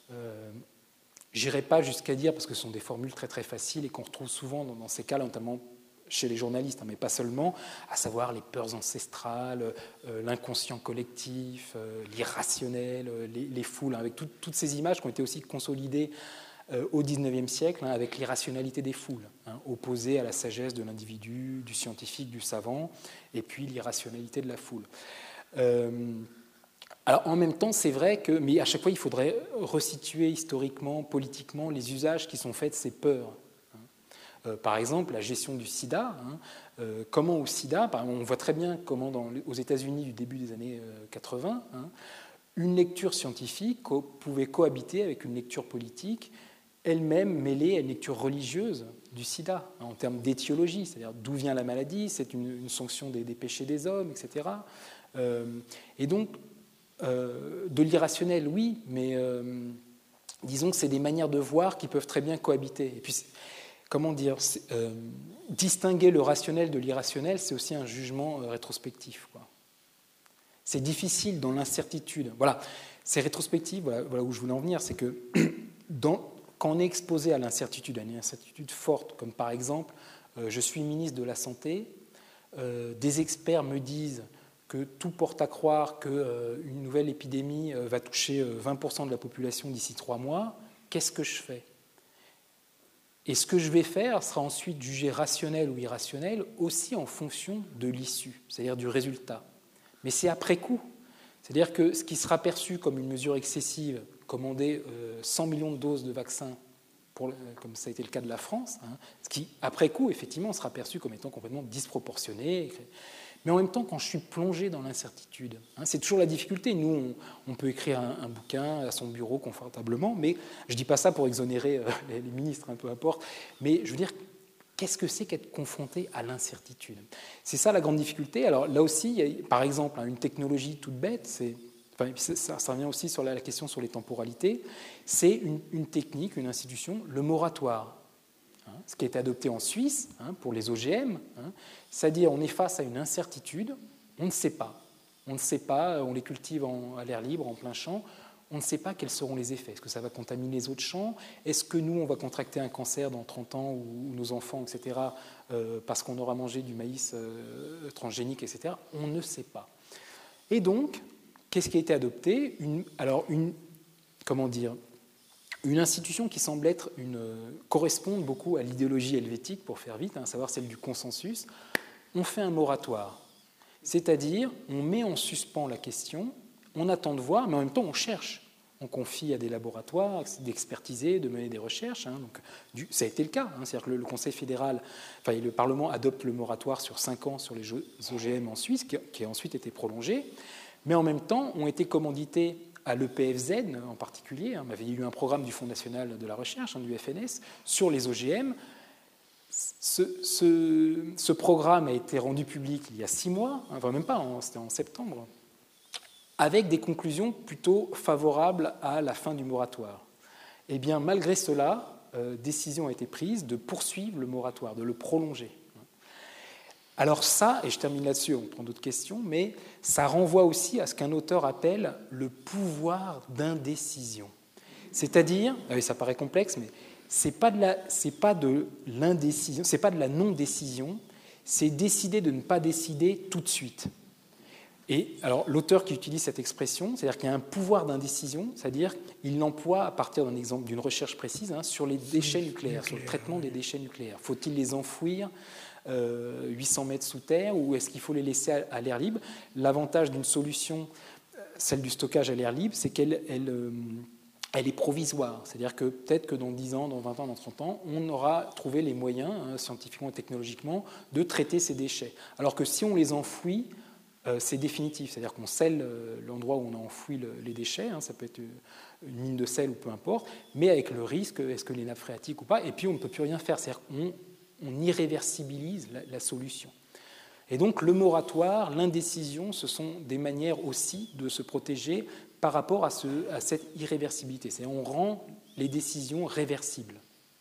Euh, Je n'irai pas jusqu'à dire, parce que ce sont des formules très très faciles et qu'on retrouve souvent dans, dans ces cas-là, notamment chez les journalistes, hein, mais pas seulement, à savoir les peurs ancestrales, euh, l'inconscient collectif, euh, l'irrationnel, euh, les, les foules, hein, avec tout, toutes ces images qui ont été aussi consolidées euh, au dix-neuvième siècle, hein, avec l'irrationalité des foules, hein, opposée à la sagesse de l'individu, du scientifique, du savant, et puis l'irrationalité de la foule. Euh, Alors, en même temps, c'est vrai que, mais à chaque fois, il faudrait resituer historiquement, politiquement, les usages qui sont faits de ces peurs. Euh, par exemple, la gestion du sida. Hein, euh, comment au sida, par exemple, on voit très bien comment dans, aux États-Unis du début des années euh, quatre-vingts, hein, une lecture scientifique co- pouvait cohabiter avec une lecture politique, elle-même mêlée à une lecture religieuse du sida, hein, en termes d'étiologie, c'est-à-dire d'où vient la maladie, c'est une, une sanction des, des péchés des hommes, et cetera. Euh, et donc, Euh, de l'irrationnel, oui, mais euh, disons que c'est des manières de voir qui peuvent très bien cohabiter. Et puis, comment dire, euh, distinguer le rationnel de l'irrationnel, c'est aussi un jugement euh, rétrospectif, quoi. C'est difficile dans l'incertitude. Voilà, c'est rétrospectif, voilà, voilà où je voulais en venir, c'est que dans, quand on est exposé à l'incertitude, à une incertitude forte, comme par exemple, euh, je suis ministre de la Santé, euh, des experts me disent que tout porte à croire qu'une euh, nouvelle épidémie euh, va toucher euh, vingt pour cent de la population d'ici trois mois, qu'est-ce que je fais? Et ce que je vais faire sera ensuite jugé rationnel ou irrationnel aussi en fonction de l'issue, c'est-à-dire du résultat. Mais c'est après coup. C'est-à-dire que ce qui sera perçu comme une mesure excessive, commander euh, cent millions de doses de vaccins, pour, comme ça a été le cas de la France, hein, ce qui, après coup, effectivement, sera perçu comme étant complètement disproportionné. Mais en même temps, quand je suis plongé dans l'incertitude, hein, c'est toujours la difficulté. Nous, on, on peut écrire un, un bouquin à son bureau confortablement, mais je ne dis pas ça pour exonérer euh, les, les ministres, hein, peu importe. Mais je veux dire, qu'est-ce que c'est qu'être confronté à l'incertitude? C'est ça la grande difficulté. Alors là aussi, il y a, par exemple, hein, une technologie toute bête, c'est, enfin, ça, ça revient aussi sur la, la question sur les temporalités, c'est une, une technique, une institution, le moratoire. Ce qui a été adopté en Suisse hein, pour les O G M, hein, c'est-à-dire on est face à une incertitude, on ne sait pas. On ne sait pas, on les cultive en, à l'air libre, en plein champ, on ne sait pas quels seront les effets. Est-ce que ça va contaminer les autres champs? Est-ce que nous, on va contracter un cancer dans trente ans, ou, ou nos enfants, et cetera, euh, parce qu'on aura mangé du maïs euh, transgénique, et cetera. On ne sait pas. Et donc, qu'est-ce qui a été adopté? une, Alors, une, comment dire Une institution qui semble être une, euh, correspondre beaucoup à l'idéologie helvétique, pour faire vite, hein, à savoir celle du consensus. On fait un moratoire, c'est-à-dire on met en suspens la question, on attend de voir, mais en même temps on cherche. On confie à des laboratoires d'expertiser, de mener des recherches. Hein, donc, du, ça a été le cas, hein, c'est-à-dire que le, le Conseil fédéral, enfin le Parlement adopte le moratoire sur cinq ans sur les O G M en Suisse, qui, qui a ensuite été prolongé, mais en même temps ont été commandités à l'E P F Z en particulier, hein, il y a eu un programme du Fonds national de la recherche, hein, du F N S, sur les O G M. Ce, ce, ce programme a été rendu public il y a six mois, enfin même pas, c'était en septembre, avec des conclusions plutôt favorables à la fin du moratoire. Eh bien, malgré cela, euh, décision a été prise de poursuivre le moratoire, de le prolonger. Alors ça, et je termine là-dessus, on prend d'autres questions, mais ça renvoie aussi à ce qu'un auteur appelle le pouvoir d'indécision. C'est-à-dire, ça paraît complexe, mais c'est pas de la, c'est pas de l'indécision, c'est pas de la non-décision, c'est décider de ne pas décider tout de suite. Et alors l'auteur qui utilise cette expression, c'est-à-dire qu'il y a un pouvoir d'indécision, c'est-à-dire qu'il l'emploie à partir d'un exemple, d'une recherche précise hein, sur les déchets nucléaires, sur le traitement des déchets nucléaires. Faut-il les enfouir euh, huit cents mètres sous terre ou est-ce qu'il faut les laisser à, à l'air libre? L'avantage d'une solution, celle du stockage à l'air libre, c'est qu'elle elle, euh, elle est provisoire. C'est-à-dire que peut-être que dans dix ans, dans vingt ans, dans trente ans, on aura trouvé les moyens, hein, scientifiquement et technologiquement, de traiter ces déchets. Alors que si on les enfouit, euh, c'est définitif. C'est-à-dire qu'on scelle euh, l'endroit où on a enfoui le, les déchets, hein, ça peut être une mine de sel ou peu importe, mais avec le risque, est-ce que les nappes phréatiques ou pas, et puis on ne peut plus rien faire. C'est-à-dire qu'on on irréversibilise la, la solution. Et donc le moratoire, l'indécision, ce sont des manières aussi de se protéger par rapport à, ce, à cette irréversibilité. C'est-à-dire on rend les décisions réversibles.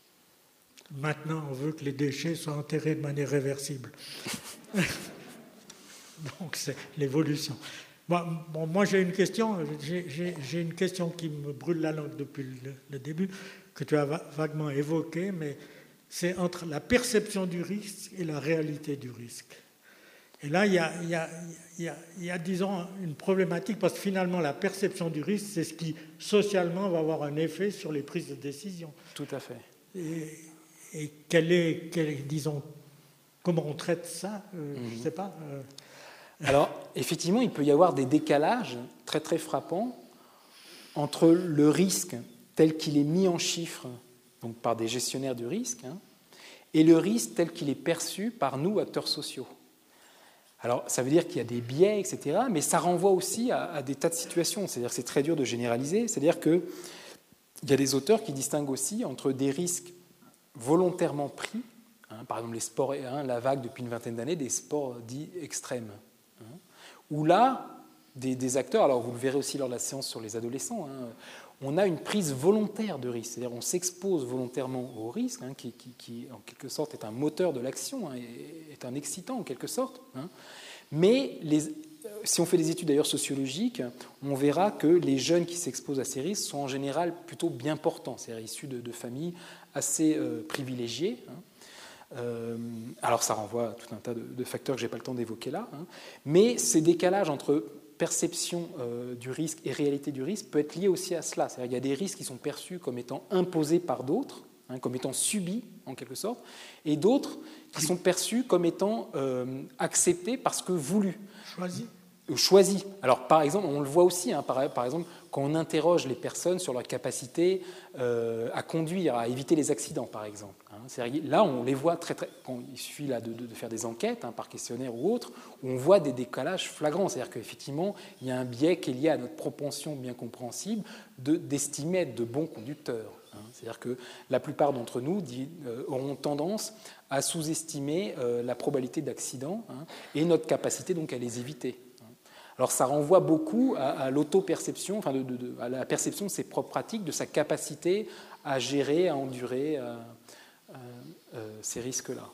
Maintenant, on veut que les déchets soient enterrés de manière réversible. Donc c'est l'évolution. Bon, bon, moi, j'ai une question. J'ai, j'ai, j'ai une question qui me brûle la langue depuis le, le début, que tu as va, vaguement évoquée, mais c'est entre la perception du risque et la réalité du risque. Et là, il y a, il y a, il y a, il y a disons, une problématique, parce que finalement, la perception du risque, c'est ce qui, socialement, va avoir un effet sur les prises de décision. Tout à fait. Et, et quel est, quel est, disons, comment on traite ça euh, mm-hmm. Je ne sais pas. Euh... Alors, effectivement, il peut y avoir des décalages très, très frappants entre le risque tel qu'il est mis en chiffres, donc par des gestionnaires du risque, hein, et le risque tel qu'il est perçu par nous, acteurs sociaux. Alors, ça veut dire qu'il y a des biais, et cetera, mais ça renvoie aussi à, à des tas de situations. C'est-à-dire que c'est très dur de généraliser. C'est-à-dire qu'il y a des auteurs qui distinguent aussi entre des risques volontairement pris, hein, par exemple les sports, hein, la vague depuis une vingtaine d'années, des sports dits extrêmes, hein, où là, des, des acteurs, alors vous le verrez aussi lors de la séance sur les adolescents, hein, on a une prise volontaire de risque, c'est-à-dire on s'expose volontairement au risque, hein, qui, qui, qui en quelque sorte est un moteur de l'action, hein, est un excitant en quelque sorte, hein. Mais les, si on fait des études d'ailleurs sociologiques, on verra que les jeunes qui s'exposent à ces risques sont en général plutôt bien portants, c'est-à-dire issus de, de familles assez euh, privilégiées, hein. Euh, alors ça renvoie à tout un tas de, de facteurs que je n'ai pas le temps d'évoquer là, hein. Mais ces décalages entre perception euh, du risque et réalité du risque peut être lié aussi à cela. C'est-à-dire qu'il y a des risques qui sont perçus comme étant imposés par d'autres, hein, comme étant subis en quelque sorte, et d'autres qui sont perçus comme étant euh, acceptés parce que voulus. Choisis. Choisis. Alors, par exemple, on le voit aussi, hein, par, par exemple, quand on interroge les personnes sur leur capacité euh, à conduire, à éviter les accidents, par exemple. Hein, c'est-à-dire, là, on les voit très, très. Quand il suffit là, de, de, de faire des enquêtes, hein, par questionnaire ou autre, où on voit des décalages flagrants. C'est-à-dire qu'effectivement, il y a un biais qui est lié à notre propension bien compréhensible de, d'estimer être de bons conducteurs. Hein. C'est-à-dire que la plupart d'entre nous dit, euh, auront tendance à sous-estimer euh, la probabilité d'accident, hein, et notre capacité donc à les éviter. Alors ça renvoie beaucoup à, à l'auto-perception, enfin de, de, de, à la perception de ses propres pratiques, de sa capacité à gérer, à endurer euh, euh, euh, ces risques-là.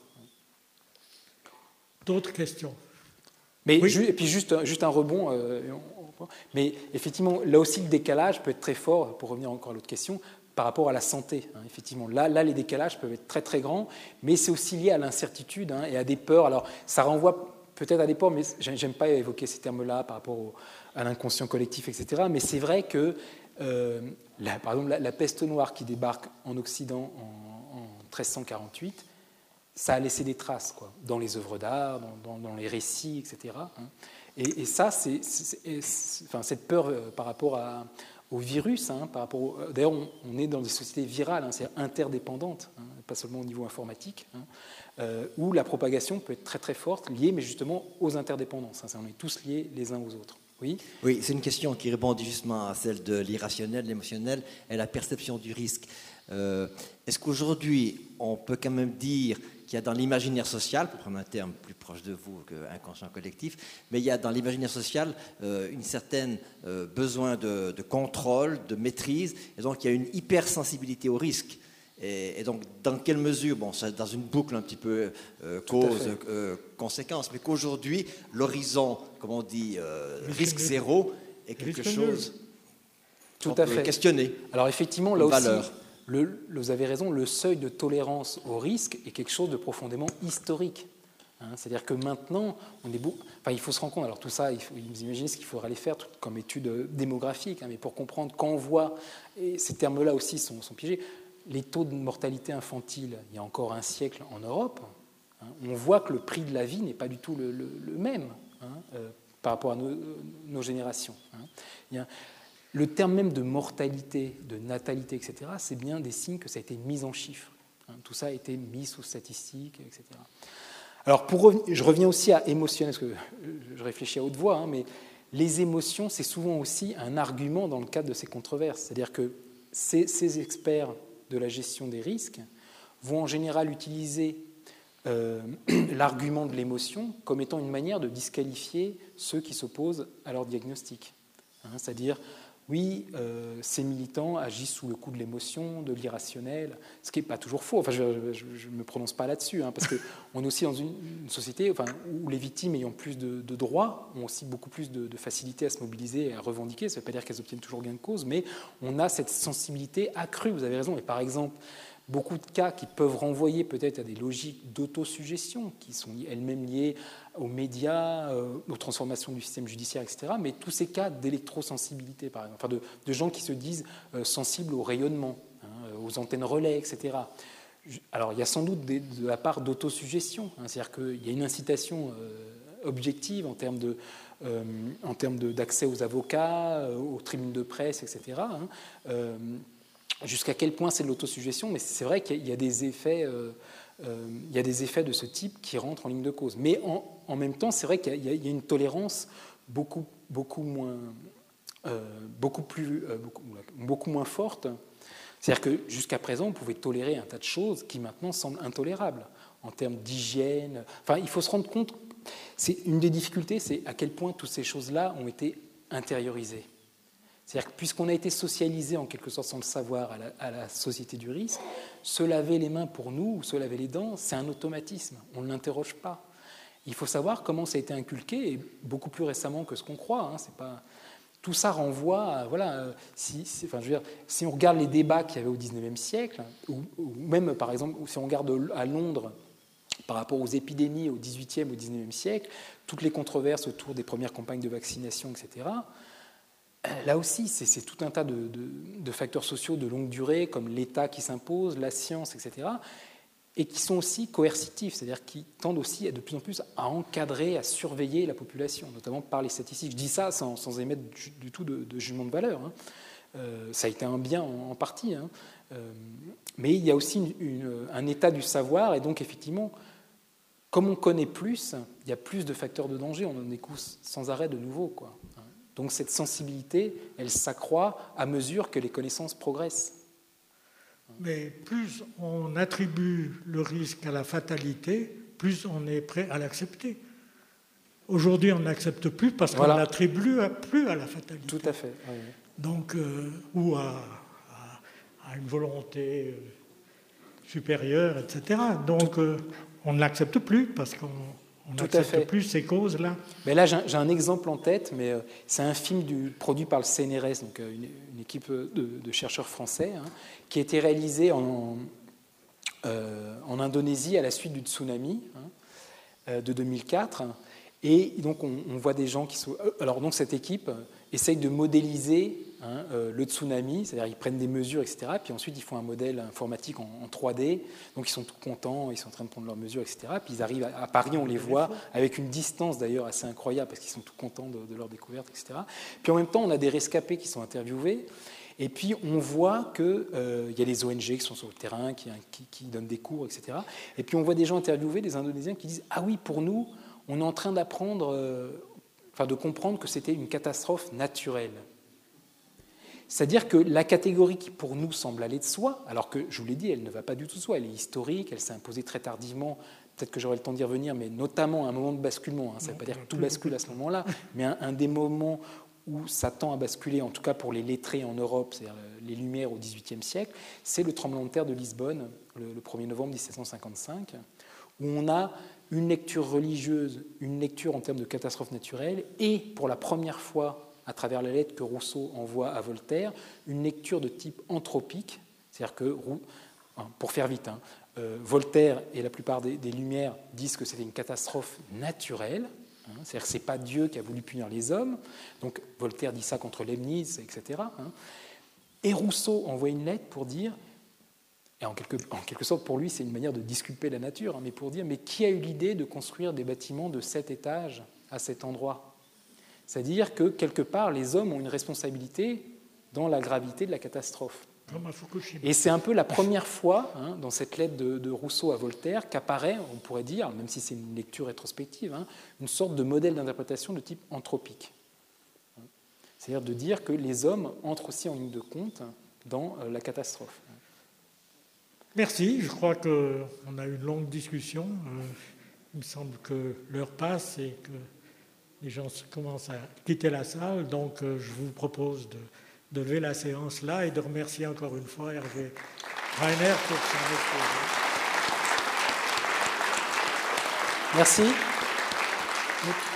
D'autres questions? Mais oui. ju- et puis juste, juste un rebond. Euh, on, mais effectivement, là aussi le décalage peut être très fort, pour revenir encore à l'autre question, par rapport à la santé. Hein, effectivement, là, là, les décalages peuvent être très très grands, mais c'est aussi lié à l'incertitude, hein, et à des peurs. Alors ça renvoie peut-être à des peurs, mais j'aime pas évoquer ces termes-là par rapport au, à l'inconscient collectif, et cetera. Mais c'est vrai que, euh, la, par exemple, la, la peste noire qui débarque en Occident en, en treize cent quarante-huit, ça a laissé des traces, quoi, dans les œuvres d'art, dans, dans, dans les récits, et cetera. Hein. Et, et ça, c'est, c'est, c'est, enfin, cette peur euh, par rapport à, au virus, hein, par rapport au, d'ailleurs, on, on est dans des sociétés virales, hein, c'est interdépendantes, hein, pas seulement au niveau informatique, hein, Euh, où la propagation peut être très très forte, liée mais justement aux interdépendances. Hein, on est tous liés les uns aux autres. Oui, oui, c'est une question qui répond justement à celle de l'irrationnel, l'émotionnel et la perception du risque. Euh, est-ce qu'aujourd'hui, on peut quand même dire qu'il y a dans l'imaginaire social, pour prendre un terme plus proche de vous qu'inconscient collectif, mais il y a dans l'imaginaire social euh, une certaine euh, besoin de, de contrôle, de maîtrise, et donc il y a une hypersensibilité au risque. Et, et donc, dans quelle mesure, bon, c'est dans une boucle un petit peu euh, cause-conséquence, euh, mais qu'aujourd'hui, l'horizon, comme on dit, euh, risque zéro, est quelque risque chose tout qu'on à peut fait questionner. Alors effectivement, là valeur. aussi, le, vous avez raison, le seuil de tolérance au risque est quelque chose de profondément historique. Hein, c'est-à-dire que maintenant, on est beau, enfin, il faut se rendre compte, alors tout ça, il faut, vous imaginez ce qu'il faudrait aller faire comme étude démographique, hein, mais pour comprendre, quand on voit, et ces termes-là aussi sont, sont piégés, les taux de mortalité infantile, il y a encore un siècle en Europe, hein, on voit que le prix de la vie n'est pas du tout le, le, le même, hein, euh, par rapport à nos, nos générations. Hein. Il y a, le terme même de mortalité, de natalité, et cetera, c'est bien des signes que ça a été mis en chiffres. Hein, tout ça a été mis sous statistiques, et cetera. Alors, pour revenir, je reviens aussi à émotionnel, parce que je réfléchis à haute voix, hein, mais les émotions, c'est souvent aussi un argument dans le cadre de ces controverses. C'est-à-dire que ces, ces experts de la gestion des risques vont en général utiliser euh, l'argument de l'émotion comme étant une manière de disqualifier ceux qui s'opposent à leur diagnostic. Hein, c'est-à-dire, oui, euh, ces militants agissent sous le coup de l'émotion, de l'irrationnel, ce qui n'est pas toujours faux. Enfin, je ne me prononce pas là-dessus, hein, parce qu'on est aussi dans une, une société enfin, où les victimes ayant plus de, de droits ont aussi beaucoup plus de, de facilité à se mobiliser et à revendiquer. Ça ne veut pas dire qu'elles obtiennent toujours gain de cause, mais on a cette sensibilité accrue, vous avez raison. Et par exemple, beaucoup de cas qui peuvent renvoyer peut-être à des logiques d'autosuggestion, qui sont elles-mêmes liées aux médias, euh, aux transformations du système judiciaire, et cetera. Mais tous ces cas d'électrosensibilité, par exemple, enfin de, de gens qui se disent euh, sensibles au rayonnement, hein, aux antennes relais, et cetera. Alors, il y a sans doute des, de la part d'autosuggestion, hein, c'est-à-dire qu'il y a une incitation euh, objective en termes de, euh, en termes de, d'accès aux avocats, euh, aux tribunes de presse, et cetera. Hein, euh, jusqu'à quel point c'est de l'autosuggestion, mais c'est vrai qu'il y a des effets... Euh, Euh, il y a des effets de ce type qui rentrent en ligne de cause. Mais en, en même temps, c'est vrai qu'il y a, il y a une tolérance beaucoup, beaucoup, moins, euh, beaucoup, plus, euh, beaucoup, beaucoup moins forte. C'est-à-dire que jusqu'à présent, on pouvait tolérer un tas de choses qui maintenant semblent intolérables en termes d'hygiène. Enfin, il faut se rendre compte, c'est une des difficultés, c'est à quel point toutes ces choses-là ont été intériorisées. C'est-à-dire que puisqu'on a été socialisé en quelque sorte sans le savoir à la, à la société du risque, se laver les mains pour nous ou se laver les dents, c'est un automatisme, on ne l'interroge pas. Il faut savoir comment ça a été inculqué, et beaucoup plus récemment que ce qu'on croit. Hein, c'est pas... Tout ça renvoie à... Voilà, si, si, enfin, je veux dire, si on regarde les débats qu'il y avait au dix-neuvième siècle, ou, ou même par exemple, si on regarde à Londres, par rapport aux épidémies au dix-huitième, au dix-neuvième siècle, toutes les controverses autour des premières campagnes de vaccination, et cetera, là aussi, c'est, c'est tout un tas de, de, de facteurs sociaux de longue durée, comme l'État qui s'impose, la science, et cetera, et qui sont aussi coercitifs, c'est-à-dire qui tendent aussi de plus en plus à encadrer, à surveiller la population, notamment par les statistiques. Je dis ça sans, sans émettre du, du tout de, de jugement de valeur. Hein. Euh, ça a été un bien en, en partie. Hein. Euh, mais il y a aussi une, une, un état du savoir, et donc effectivement, comme on connaît plus, il y a plus de facteurs de danger, on en découvre sans arrêt de nouveau, quoi. Donc cette sensibilité, elle s'accroît à mesure que les connaissances progressent. Mais plus on attribue le risque à la fatalité, plus on est prêt à l'accepter. Aujourd'hui, on n'accepte plus parce qu'on voilà. n'attribue plus à la fatalité. Tout à fait. Oui. Donc, euh, ou à, à, à une volonté supérieure, et cetera. Donc, euh, on ne l'accepte plus parce qu'on On n'accepte plus ces causes-là. Mais là, j'ai un, j'ai un exemple en tête, mais euh, c'est un film du, produit par le C N R S, donc euh, une, une équipe de, de chercheurs français, hein, qui a été réalisé en, euh, en Indonésie à la suite du tsunami hein, euh, de deux mille quatre. Et donc, on, on voit des gens qui sont... Alors, donc, cette équipe essaye de modéliser hein, euh, le tsunami, c'est-à-dire ils prennent des mesures, et cetera. Puis ensuite, ils font un modèle informatique en, en trois D. Donc, ils sont tout contents, ils sont en train de prendre leurs mesures, et cetera. Puis ils arrivent à, à Paris, on les voit, avec une distance d'ailleurs assez incroyable, parce qu'ils sont tout contents de, de leur découverte, et cetera. Puis en même temps, on a des rescapés qui sont interviewés. Et puis, on voit qu'il euh, y a les O N G qui sont sur le terrain, qui, qui, qui donnent des cours, et cetera. Et puis, on voit des gens interviewés, des Indonésiens, qui disent « Ah oui, pour nous, on est en train d'apprendre, euh, enfin de comprendre que c'était une catastrophe naturelle. » C'est-à-dire que la catégorie qui pour nous semble aller de soi, alors que, je vous l'ai dit, elle ne va pas du tout de soi, elle est historique, elle s'est imposée très tardivement, peut-être que j'aurai le temps d'y revenir, mais notamment à un moment de basculement, hein, ça ne veut pas dire que tout bascule à ce moment-là, mais un, un des moments où ça tend à basculer, en tout cas pour les lettrés en Europe, c'est-à-dire les Lumières au dix-huitième siècle, c'est le tremblement de terre de Lisbonne, le, le premier novembre mille sept cent cinquante-cinq, où on a une lecture religieuse, une lecture en termes de catastrophe naturelle, et pour la première fois, à travers la lettre que Rousseau envoie à Voltaire, une lecture de type anthropique, c'est-à-dire que, pour faire vite, hein, euh, Voltaire et la plupart des, des Lumières disent que c'était une catastrophe naturelle, hein, c'est-à-dire que ce n'est pas Dieu qui a voulu punir les hommes, donc Voltaire dit ça contre Leibniz, et cetera. Hein, et Rousseau envoie une lettre pour dire, et en quelque, en quelque sorte pour lui c'est une manière de disculper la nature, hein, mais pour dire, mais qui a eu l'idée de construire des bâtiments de sept étages à cet endroit ? C'est-à-dire que, quelque part, les hommes ont une responsabilité dans la gravité de la catastrophe. Comme à Fukushima. Et c'est un peu la première fois, hein, dans cette lettre de, de Rousseau à Voltaire, qu'apparaît, on pourrait dire, même si c'est une lecture rétrospective, hein, une sorte de modèle d'interprétation de type anthropique. C'est-à-dire de dire que les hommes entrent aussi en ligne de compte dans la catastrophe. Merci, je crois qu'on a eu une longue discussion. Il me semble que l'heure passe et que les gens commencent à quitter la salle, donc je vous propose de de lever la séance là et de remercier encore une fois Hervé Rainer pour son exposé. Merci.